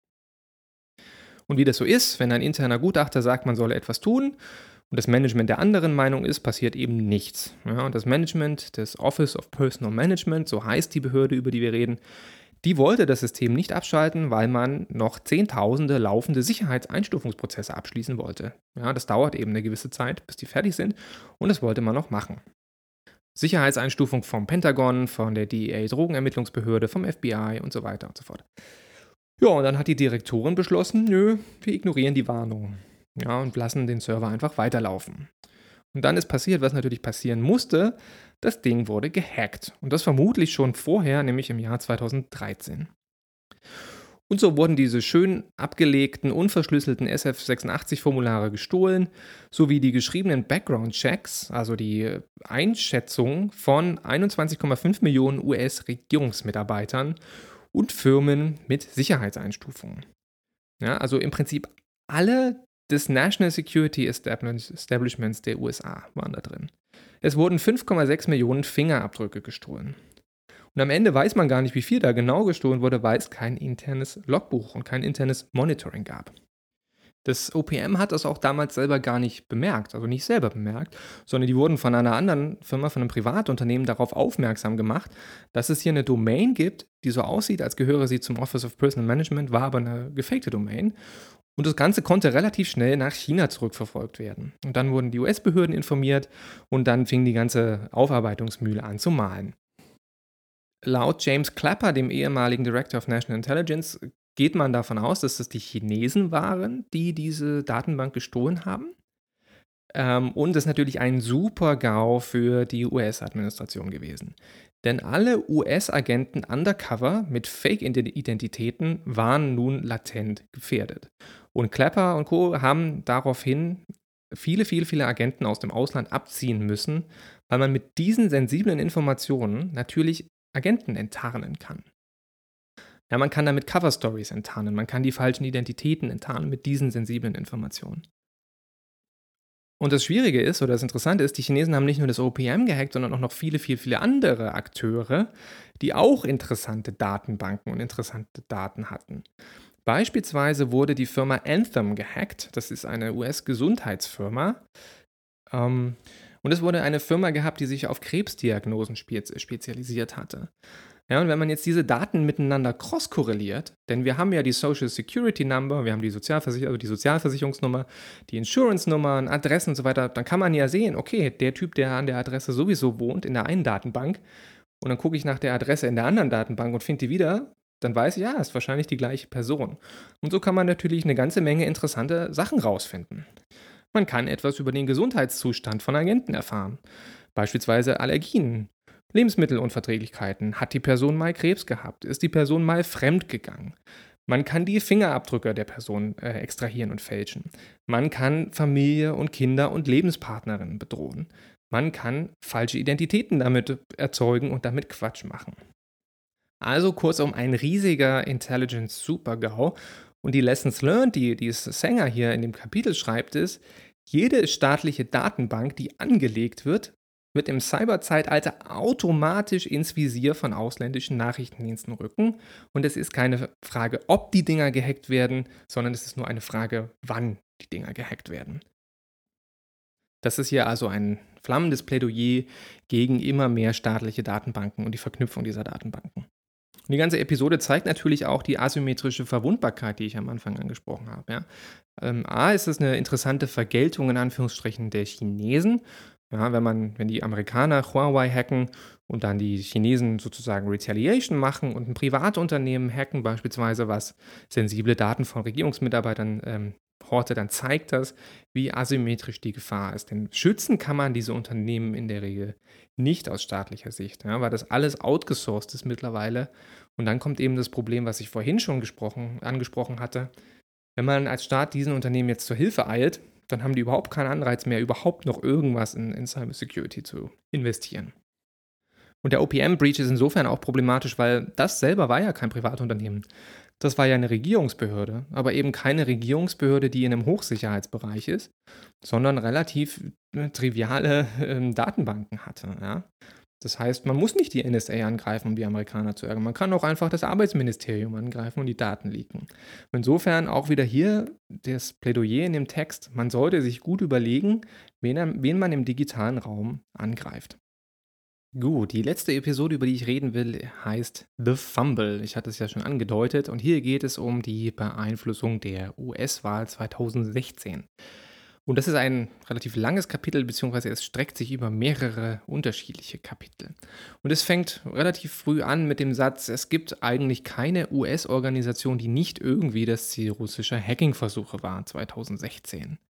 S6: Und wie das so ist, wenn ein interner Gutachter sagt, man solle etwas tun und das Management der anderen Meinung ist, passiert eben nichts. Ja, und das Management des Office of Personal Management, so heißt die Behörde, über die wir reden, die wollte das System nicht abschalten, weil man noch Zehntausende laufende Sicherheitseinstufungsprozesse abschließen wollte. Ja, das dauert eben eine gewisse Zeit, bis die fertig sind und das wollte man noch machen. Sicherheitseinstufung vom Pentagon, von der DEA Drogenermittlungsbehörde, vom FBI und so weiter und so fort. Ja, und dann hat die Direktorin beschlossen, nö, wir ignorieren die Warnung. Ja, und lassen den Server einfach weiterlaufen. Und dann ist passiert, was natürlich passieren musste, das Ding wurde gehackt. Und das vermutlich schon vorher, nämlich im Jahr 2013. Und so wurden diese schön abgelegten, unverschlüsselten SF86-Formulare gestohlen, sowie die geschriebenen Background-Checks, also die Einschätzung von 21,5 Millionen US-Regierungsmitarbeitern und Firmen mit Sicherheitseinstufungen. Ja, also im Prinzip alle des National Security Establishments der USA waren da drin. Es wurden 5,6 Millionen Fingerabdrücke gestohlen. Und am Ende weiß man gar nicht, wie viel da genau gestohlen wurde, weil es kein internes Logbuch und kein internes Monitoring gab. Das OPM hat das auch damals selber gar nicht bemerkt, also nicht selber bemerkt, sondern die wurden von einer anderen Firma, von einem Privatunternehmen darauf aufmerksam gemacht, dass es hier eine Domain gibt, die so aussieht, als gehöre sie zum Office of Personal Management, war aber eine gefakte Domain. Und das Ganze konnte relativ schnell nach China zurückverfolgt werden. Und dann wurden die US-Behörden informiert und dann fing die ganze Aufarbeitungsmühle an zu mahlen. Laut James Clapper, dem ehemaligen Director of National Intelligence, geht man davon aus, dass es die Chinesen waren, die diese Datenbank gestohlen haben. Und das ist natürlich ein super GAU für die US-Administration gewesen. Denn alle US-Agenten undercover mit Fake-Identitäten waren nun latent gefährdet. Und Clapper und Co. haben daraufhin viele Agenten aus dem Ausland abziehen müssen, weil man mit diesen sensiblen Informationen natürlich Agenten enttarnen kann. Ja, man kann damit Cover-Stories enttarnen, man kann die falschen Identitäten enttarnen mit diesen sensiblen Informationen. Und das Schwierige ist, oder das Interessante ist, die Chinesen haben nicht nur das OPM gehackt, sondern auch noch viele andere Akteure, die auch interessante Datenbanken und interessante Daten hatten. Beispielsweise wurde die Firma Anthem gehackt. Das ist eine US-Gesundheitsfirma. Und es wurde eine Firma gehabt, die sich auf Krebsdiagnosen spezialisiert hatte. Ja, und wenn man jetzt diese Daten miteinander cross-korreliert, denn wir haben ja die Social Security Number, wir haben die Sozialversicherungsnummer, die Insurance-Nummern, Adressen und so weiter, dann kann man ja sehen, okay, der Typ, der an der Adresse sowieso wohnt, in der einen Datenbank, und dann gucke ich nach der Adresse in der anderen Datenbank und finde die wieder, dann weiß ich, ja, ist wahrscheinlich die gleiche Person. Und so kann man natürlich eine ganze Menge interessante Sachen rausfinden. Man kann etwas über den Gesundheitszustand von Agenten erfahren, beispielsweise Allergien, Lebensmittelunverträglichkeiten. Hat die Person mal Krebs gehabt? Ist die Person mal fremd gegangen? Man kann die Fingerabdrücke der Person extrahieren und fälschen. Man kann Familie und Kinder und Lebenspartnerinnen bedrohen. Man kann falsche Identitäten damit erzeugen und damit Quatsch machen. Also kurzum ein riesiger Intelligence-Super-GAU. Und die Lessons learned, die Sanger hier in dem Kapitel schreibt, ist, jede staatliche Datenbank, die angelegt wird im Cyberzeitalter automatisch ins Visier von ausländischen Nachrichtendiensten rücken. Und es ist keine Frage, ob die Dinger gehackt werden, sondern es ist nur eine Frage, wann die Dinger gehackt werden. Das ist hier also ein flammendes Plädoyer gegen immer mehr staatliche Datenbanken und die Verknüpfung dieser Datenbanken. Und die ganze Episode zeigt natürlich auch die asymmetrische Verwundbarkeit, die ich am Anfang angesprochen habe. Ja. A, ist es eine interessante Vergeltung in Anführungsstrichen der Chinesen. Ja, wenn die Amerikaner Huawei hacken und dann die Chinesen sozusagen Retaliation machen und ein Privatunternehmen hacken, beispielsweise was sensible Daten von Regierungsmitarbeitern hortet, dann zeigt das, wie asymmetrisch die Gefahr ist. Denn schützen kann man diese Unternehmen in der Regel nicht aus staatlicher Sicht, ja, weil das alles outgesourced ist mittlerweile. Und dann kommt eben das Problem, was ich vorhin schon angesprochen hatte. Wenn man als Staat diesen Unternehmen jetzt zur Hilfe eilt, dann haben die überhaupt keinen Anreiz mehr, überhaupt noch irgendwas in Cybersecurity zu investieren. Und der OPM-Breach ist insofern auch problematisch, weil das selber war ja kein Privatunternehmen. Das war ja eine Regierungsbehörde, aber eben keine Regierungsbehörde, die in einem Hochsicherheitsbereich ist, sondern relativ triviale Datenbanken hatte. Ja? Das heißt, man muss nicht die NSA angreifen, um die Amerikaner zu ärgern. Man kann auch einfach das Arbeitsministerium angreifen und die Daten leaken. Insofern auch wieder hier das Plädoyer in dem Text, man sollte sich gut überlegen, wen man im digitalen Raum angreift. Gut, die letzte Episode, über die ich reden will, heißt The Fumble. Ich hatte es ja schon angedeutet und hier geht es um die Beeinflussung der US-Wahl 2016. Und das ist ein relativ langes Kapitel, beziehungsweise es streckt sich über mehrere unterschiedliche Kapitel. Und es fängt relativ früh an mit dem Satz, es gibt eigentlich keine US-Organisation, die nicht irgendwie das Ziel russischer Hacking-Versuche war 2016.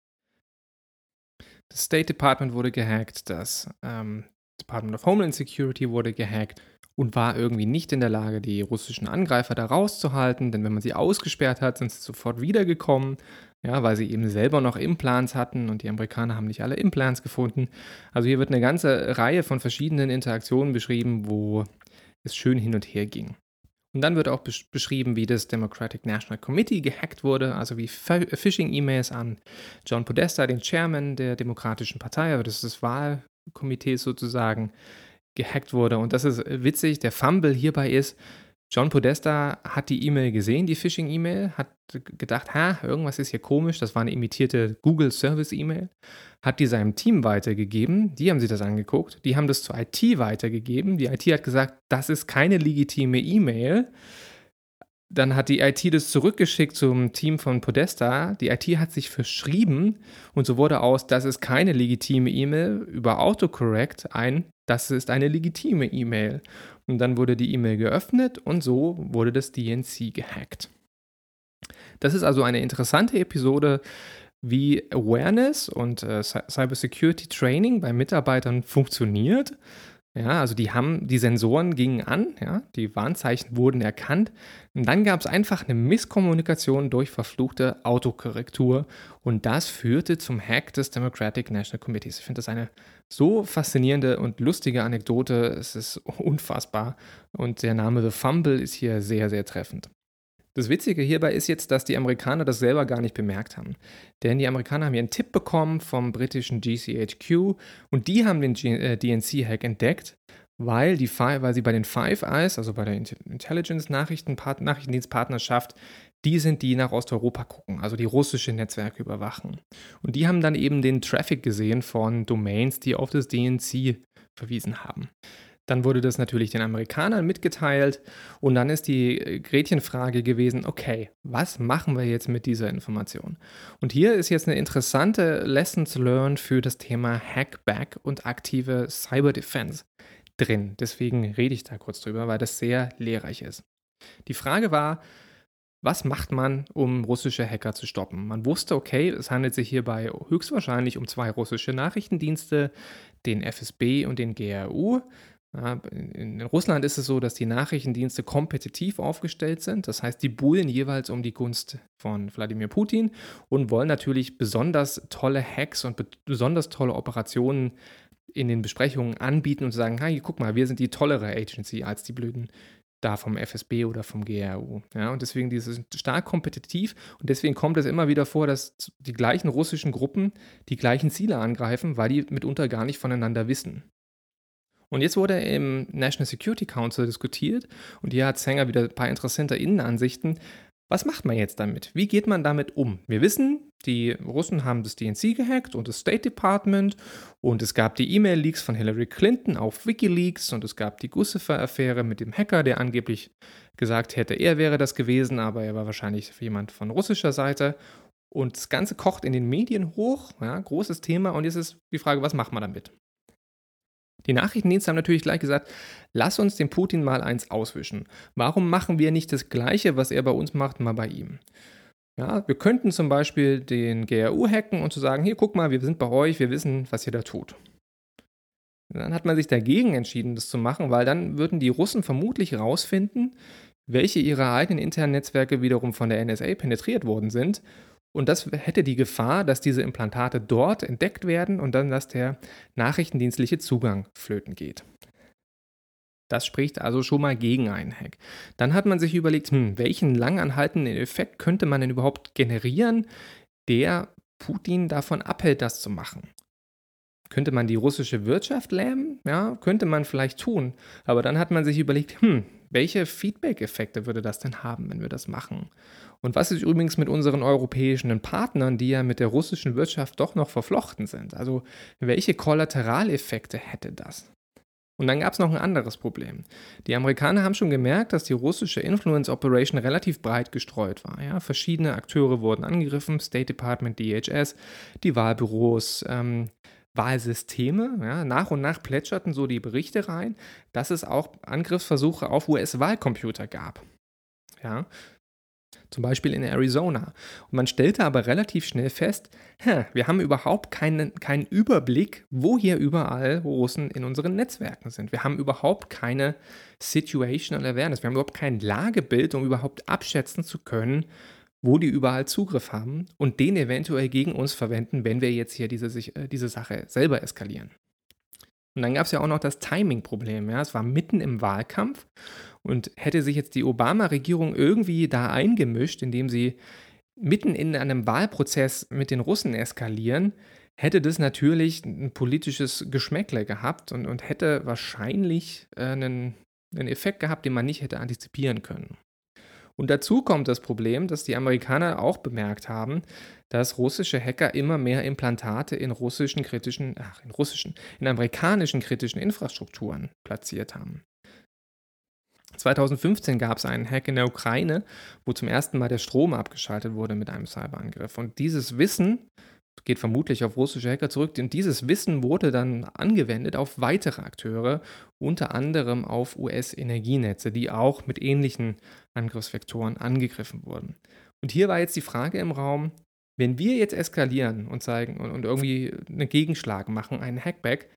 S6: Das State Department wurde gehackt, das Department of Homeland Security wurde gehackt und war irgendwie nicht in der Lage, die russischen Angreifer da rauszuhalten, denn wenn man sie ausgesperrt hat, sind sie sofort wiedergekommen, ja, weil sie eben selber noch Implants hatten und die Amerikaner haben nicht alle Implants gefunden. Also hier wird eine ganze Reihe von verschiedenen Interaktionen beschrieben, wo es schön hin und her ging. Und dann wird auch beschrieben, wie das Democratic National Committee gehackt wurde, also wie Phishing-E-Mails an John Podesta, den Chairman der Demokratischen Partei, also das ist das Wahlkomitee sozusagen, gehackt wurde. Und das ist witzig, der Fumble hierbei ist, John Podesta hat die E-Mail gesehen, die Phishing-E-Mail, hat gedacht, irgendwas ist hier komisch, das war eine imitierte Google-Service-E-Mail, hat die seinem Team weitergegeben, die haben sich das angeguckt, die haben das zur IT weitergegeben, die IT hat gesagt, das ist keine legitime E-Mail, dann hat die IT das zurückgeschickt zum Team von Podesta, die IT hat sich verschrieben und so wurde aus, das ist keine legitime E-Mail, über Autocorrect das ist eine legitime E-Mail. Und dann wurde die E-Mail geöffnet und so wurde das DNC gehackt. Das ist also eine interessante Episode, wie Awareness und Cybersecurity Training bei Mitarbeitern funktioniert. Ja, also die Sensoren gingen an, ja, die Warnzeichen wurden erkannt und dann gab es einfach eine Misskommunikation durch verfluchte Autokorrektur und das führte zum Hack des Democratic National Committees. Ich finde das eine so faszinierende und lustige Anekdote, es ist unfassbar und der Name The Fumble ist hier sehr, sehr treffend. Das Witzige hierbei ist jetzt, dass die Amerikaner das selber gar nicht bemerkt haben. Denn die Amerikaner haben hier einen Tipp bekommen vom britischen GCHQ und die haben den DNC-Hack entdeckt, weil sie bei den Five Eyes, also bei der Intelligence-Nachrichtendienstpartnerschaft, die sind, die nach Osteuropa gucken, also die russische Netzwerke überwachen. Und die haben dann eben den Traffic gesehen von Domains, die auf das DNC verwiesen haben. Dann wurde das natürlich den Amerikanern mitgeteilt und dann ist die Gretchenfrage gewesen, okay, was machen wir jetzt mit dieser Information? Und hier ist jetzt eine interessante Lessons learned für das Thema Hackback und aktive Cyberdefense drin. Deswegen rede ich da kurz drüber, weil das sehr lehrreich ist. Die Frage war, was macht man, um russische Hacker zu stoppen? Man wusste, okay, es handelt sich hierbei höchstwahrscheinlich um 2 russische Nachrichtendienste, den FSB und den GRU. Ja, in Russland ist es so, dass die Nachrichtendienste kompetitiv aufgestellt sind. Das heißt, die buhlen jeweils um die Gunst von Wladimir Putin und wollen natürlich besonders tolle Hacks und besonders tolle Operationen in den Besprechungen anbieten und sagen, hey, guck mal, wir sind die tollere Agency als die Blöden da vom FSB oder vom GRU. Ja, und deswegen die sind stark kompetitiv und deswegen kommt es immer wieder vor, dass die gleichen russischen Gruppen die gleichen Ziele angreifen, weil die mitunter gar nicht voneinander wissen. Und jetzt wurde im National Security Council diskutiert und hier hat Sanger wieder ein paar interessante Innenansichten. Was macht man jetzt damit? Wie geht man damit um? Wir wissen, die Russen haben das DNC gehackt und das State Department und es gab die E-Mail-Leaks von Hillary Clinton auf WikiLeaks und es gab die Guccifer-Affäre mit dem Hacker, der angeblich gesagt hätte, er wäre das gewesen, aber er war wahrscheinlich jemand von russischer Seite. Und das Ganze kocht in den Medien hoch, ja, großes Thema und jetzt ist die Frage, was macht man damit? Die Nachrichtendienste haben natürlich gleich gesagt, lass uns dem Putin mal eins auswischen. Warum machen wir nicht das Gleiche, was er bei uns macht, mal bei ihm? Ja, wir könnten zum Beispiel den GRU hacken und zu sagen, hier, guck mal, wir sind bei euch, wir wissen, was ihr da tut. Dann hat man sich dagegen entschieden, das zu machen, weil dann würden die Russen vermutlich herausfinden, welche ihrer eigenen internen Netzwerke wiederum von der NSA penetriert worden sind. Und das hätte die Gefahr, dass diese Implantate dort entdeckt werden und dann, dass der nachrichtendienstliche Zugang flöten geht. Das spricht also schon mal gegen einen Hack. Dann hat man sich überlegt, welchen langanhaltenden Effekt könnte man denn überhaupt generieren, der Putin davon abhält, das zu machen. Könnte man die russische Wirtschaft lähmen? Ja, könnte man vielleicht tun. Aber dann hat man sich überlegt, welche Feedback-Effekte würde das denn haben, wenn wir das machen? Und was ist übrigens mit unseren europäischen Partnern, die ja mit der russischen Wirtschaft doch noch verflochten sind? Also welche Kollateraleffekte hätte das? Und dann gab es noch ein anderes Problem. Die Amerikaner haben schon gemerkt, dass die russische Influence Operation relativ breit gestreut war. Ja? Verschiedene Akteure wurden angegriffen, State Department, DHS, die Wahlbüros, Wahlsysteme. Ja? Nach und nach plätscherten so die Berichte rein, dass es auch Angriffsversuche auf US-Wahlcomputer gab. Ja? Zum Beispiel in Arizona. Und man stellte aber relativ schnell fest, wir haben überhaupt keinen Überblick, wo hier überall Russen in unseren Netzwerken sind. Wir haben überhaupt keine Situational Awareness. Wir haben überhaupt kein Lagebild, um überhaupt abschätzen zu können, wo die überall Zugriff haben und den eventuell gegen uns verwenden, wenn wir jetzt hier diese Sache selber eskalieren. Und dann gab es ja auch noch das Timing-Problem. Ja? Es war mitten im Wahlkampf und hätte sich jetzt die Obama-Regierung irgendwie da eingemischt, indem sie mitten in einem Wahlprozess mit den Russen eskalieren, hätte das natürlich ein politisches Geschmäckle gehabt und hätte wahrscheinlich einen Effekt gehabt, den man nicht hätte antizipieren können. Und dazu kommt das Problem, dass die Amerikaner auch bemerkt haben, dass russische Hacker immer mehr Implantate in amerikanischen kritischen Infrastrukturen platziert haben. 2015 gab es einen Hack in der Ukraine, wo zum ersten Mal der Strom abgeschaltet wurde mit einem Cyberangriff. Und dieses Wissen geht vermutlich auf russische Hacker zurück, und dieses Wissen wurde dann angewendet auf weitere Akteure, unter anderem auf US-Energienetze, die auch mit ähnlichen Angriffsvektoren angegriffen wurden. Und hier war jetzt die Frage im Raum, wenn wir jetzt eskalieren und zeigen und irgendwie einen Gegenschlag machen, einen Hackback,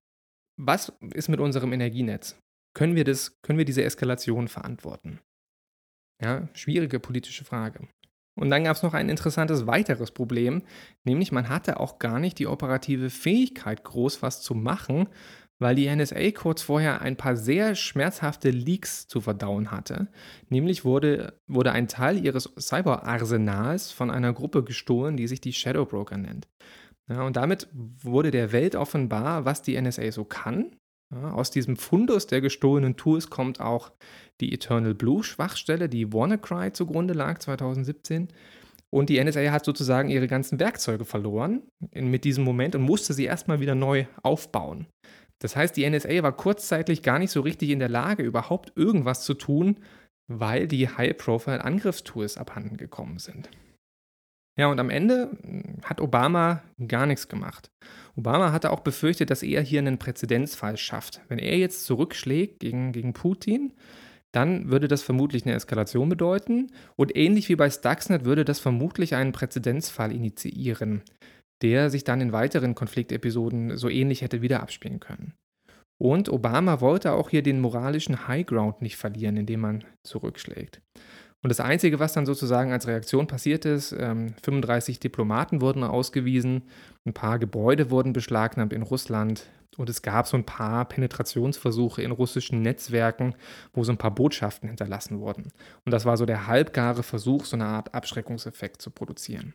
S6: was ist mit unserem Energienetz? Können wir diese Eskalation verantworten? Ja, schwierige politische Frage. Und dann gab es noch ein interessantes weiteres Problem, nämlich man hatte auch gar nicht die operative Fähigkeit, groß was zu machen, weil die NSA kurz vorher ein paar sehr schmerzhafte Leaks zu verdauen hatte. Nämlich wurde ein Teil ihres Cyberarsenals von einer Gruppe gestohlen, die sich die Shadow Broker nennt. Ja, und damit wurde der Welt offenbar, was die NSA so kann. Ja, aus diesem Fundus der gestohlenen Tools kommt auch die Eternal Blue Schwachstelle, die WannaCry zugrunde lag 2017. Und die NSA hat sozusagen ihre ganzen Werkzeuge verloren mit diesem Moment und musste sie erstmal wieder neu aufbauen. Das heißt, die NSA war kurzzeitig gar nicht so richtig in der Lage, überhaupt irgendwas zu tun, weil die High-Profile-Angriffstools abhanden gekommen sind. Ja, und am Ende hat Obama gar nichts gemacht. Obama hatte auch befürchtet, dass er hier einen Präzedenzfall schafft. Wenn er jetzt zurückschlägt gegen Putin, dann würde das vermutlich eine Eskalation bedeuten. Und ähnlich wie bei Stuxnet würde das vermutlich einen Präzedenzfall initiieren, der sich dann in weiteren Konfliktepisoden so ähnlich hätte wieder abspielen können. Und Obama wollte auch hier den moralischen Highground nicht verlieren, indem man zurückschlägt. Und das Einzige, was dann sozusagen als Reaktion passiert ist, 35 Diplomaten wurden ausgewiesen, ein paar Gebäude wurden beschlagnahmt in Russland und es gab so ein paar Penetrationsversuche in russischen Netzwerken, wo so ein paar Botschaften hinterlassen wurden. Und das war so der halbgare Versuch, so eine Art Abschreckungseffekt zu produzieren.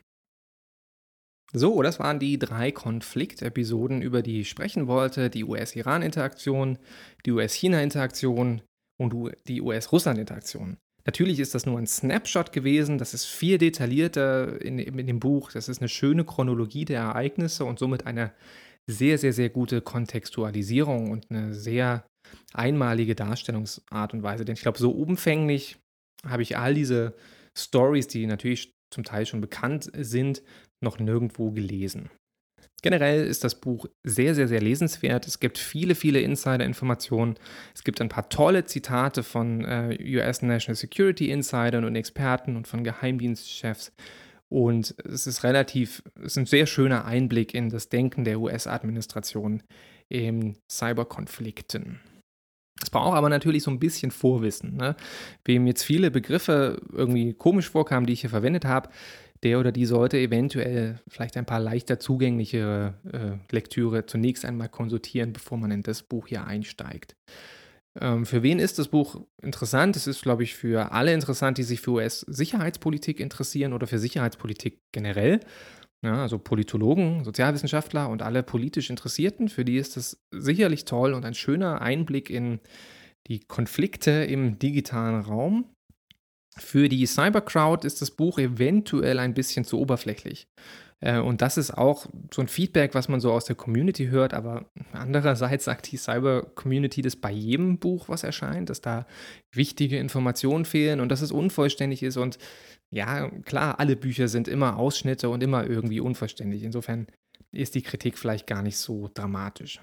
S6: So, das waren die 3 Konfliktepisoden, über die ich sprechen wollte. Die US-Iran-Interaktion, die US-China-Interaktion und die US-Russland-Interaktion. Natürlich ist das nur ein Snapshot gewesen, das ist viel detaillierter in dem Buch, das ist eine schöne Chronologie der Ereignisse und somit eine sehr, sehr, sehr gute Kontextualisierung und eine sehr einmalige Darstellungsart und Weise. Denn ich glaube, so umfänglich habe ich all diese Stories, die natürlich zum Teil schon bekannt sind, noch nirgendwo gelesen. Generell ist das Buch sehr, sehr, sehr lesenswert. Es gibt viele, viele Insider-Informationen. Es gibt ein paar tolle Zitate von US National Security Insidern und Experten und von Geheimdienstchefs. Und es ist ein sehr schöner Einblick in das Denken der US-Administration in Cyberkonflikten. Es braucht aber natürlich so ein bisschen Vorwissen. Ne? Wem jetzt viele Begriffe irgendwie komisch vorkamen, die ich hier verwendet habe, der oder die sollte eventuell vielleicht ein paar leichter zugänglichere Lektüre zunächst einmal konsultieren, bevor man in das Buch hier einsteigt. Für wen ist das Buch interessant? Es ist, glaube ich, für alle interessant, die sich für US-Sicherheitspolitik interessieren oder für Sicherheitspolitik generell. Ja, also Politologen, Sozialwissenschaftler und alle politisch Interessierten, für die ist das sicherlich toll und ein schöner Einblick in die Konflikte im digitalen Raum. Für die Cybercrowd ist das Buch eventuell ein bisschen zu oberflächlich. Und das ist auch so ein Feedback, was man so aus der Community hört. Aber andererseits sagt die Cyber-Community das bei jedem Buch, was erscheint, dass da wichtige Informationen fehlen und dass es unvollständig ist. Und ja, klar, alle Bücher sind immer Ausschnitte und immer irgendwie unvollständig. Insofern ist die Kritik vielleicht gar nicht so dramatisch.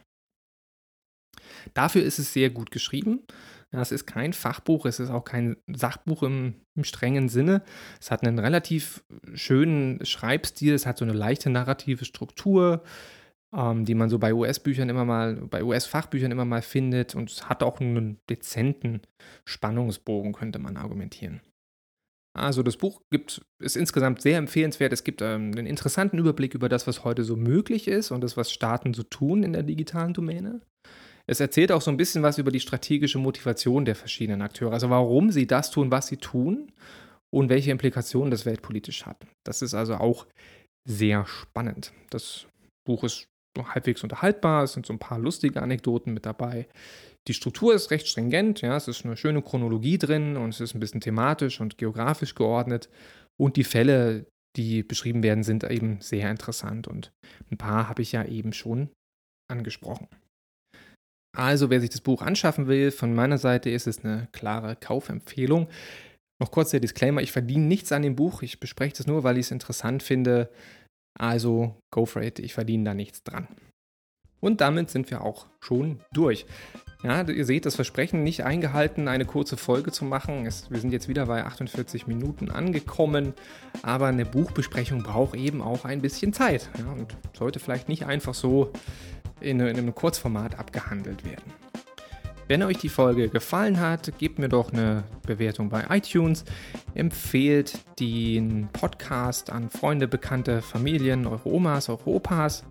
S6: Dafür ist es sehr gut geschrieben. Ja, es ist kein Fachbuch, es ist auch kein Sachbuch im strengen Sinne. Es hat einen relativ schönen Schreibstil, es hat so eine leichte narrative Struktur, die man so bei bei US-Fachbüchern immer mal findet. Und es hat auch einen dezenten Spannungsbogen, könnte man argumentieren. Also das Buch ist insgesamt sehr empfehlenswert. Es gibt einen interessanten Überblick über das, was heute so möglich ist und das, was Staaten so tun in der digitalen Domäne. Es erzählt auch so ein bisschen was über die strategische Motivation der verschiedenen Akteure, also warum sie das tun, was sie tun und welche Implikationen das weltpolitisch hat. Das ist also auch sehr spannend. Das Buch ist halbwegs unterhaltbar, es sind so ein paar lustige Anekdoten mit dabei. Die Struktur ist recht stringent, ja, es ist eine schöne Chronologie drin und es ist ein bisschen thematisch und geografisch geordnet und die Fälle, die beschrieben werden, sind eben sehr interessant und ein paar habe ich ja eben schon angesprochen. Also, wer sich das Buch anschaffen will, von meiner Seite ist es eine klare Kaufempfehlung. Noch kurz der Disclaimer, ich verdiene nichts an dem Buch, ich bespreche das nur, weil ich es interessant finde. Also, go for it, ich verdiene da nichts dran. Und damit sind wir auch schon durch. Ja, ihr seht, das Versprechen nicht eingehalten, eine kurze Folge zu machen. Wir sind jetzt wieder bei 48 Minuten angekommen, aber eine Buchbesprechung braucht eben auch ein bisschen Zeit. Ja, und sollte vielleicht nicht einfach so in einem Kurzformat abgehandelt werden. Wenn euch die Folge gefallen hat, gebt mir doch eine Bewertung bei iTunes, empfehlt den Podcast an Freunde, Bekannte, Familien, eure Omas, eure Opas,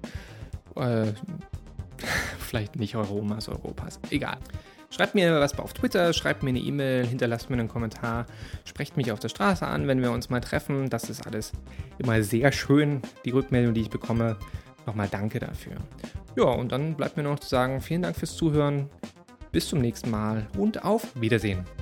S6: vielleicht nicht eure Omas, eure Opas, egal. Schreibt mir was auf Twitter, schreibt mir eine E-Mail, hinterlasst mir einen Kommentar, sprecht mich auf der Straße an, wenn wir uns mal treffen. Das ist alles immer sehr schön, die Rückmeldung, die ich bekomme. Nochmal danke dafür. Ja, und dann bleibt mir noch zu sagen, vielen Dank fürs Zuhören. Bis zum nächsten Mal und auf Wiedersehen.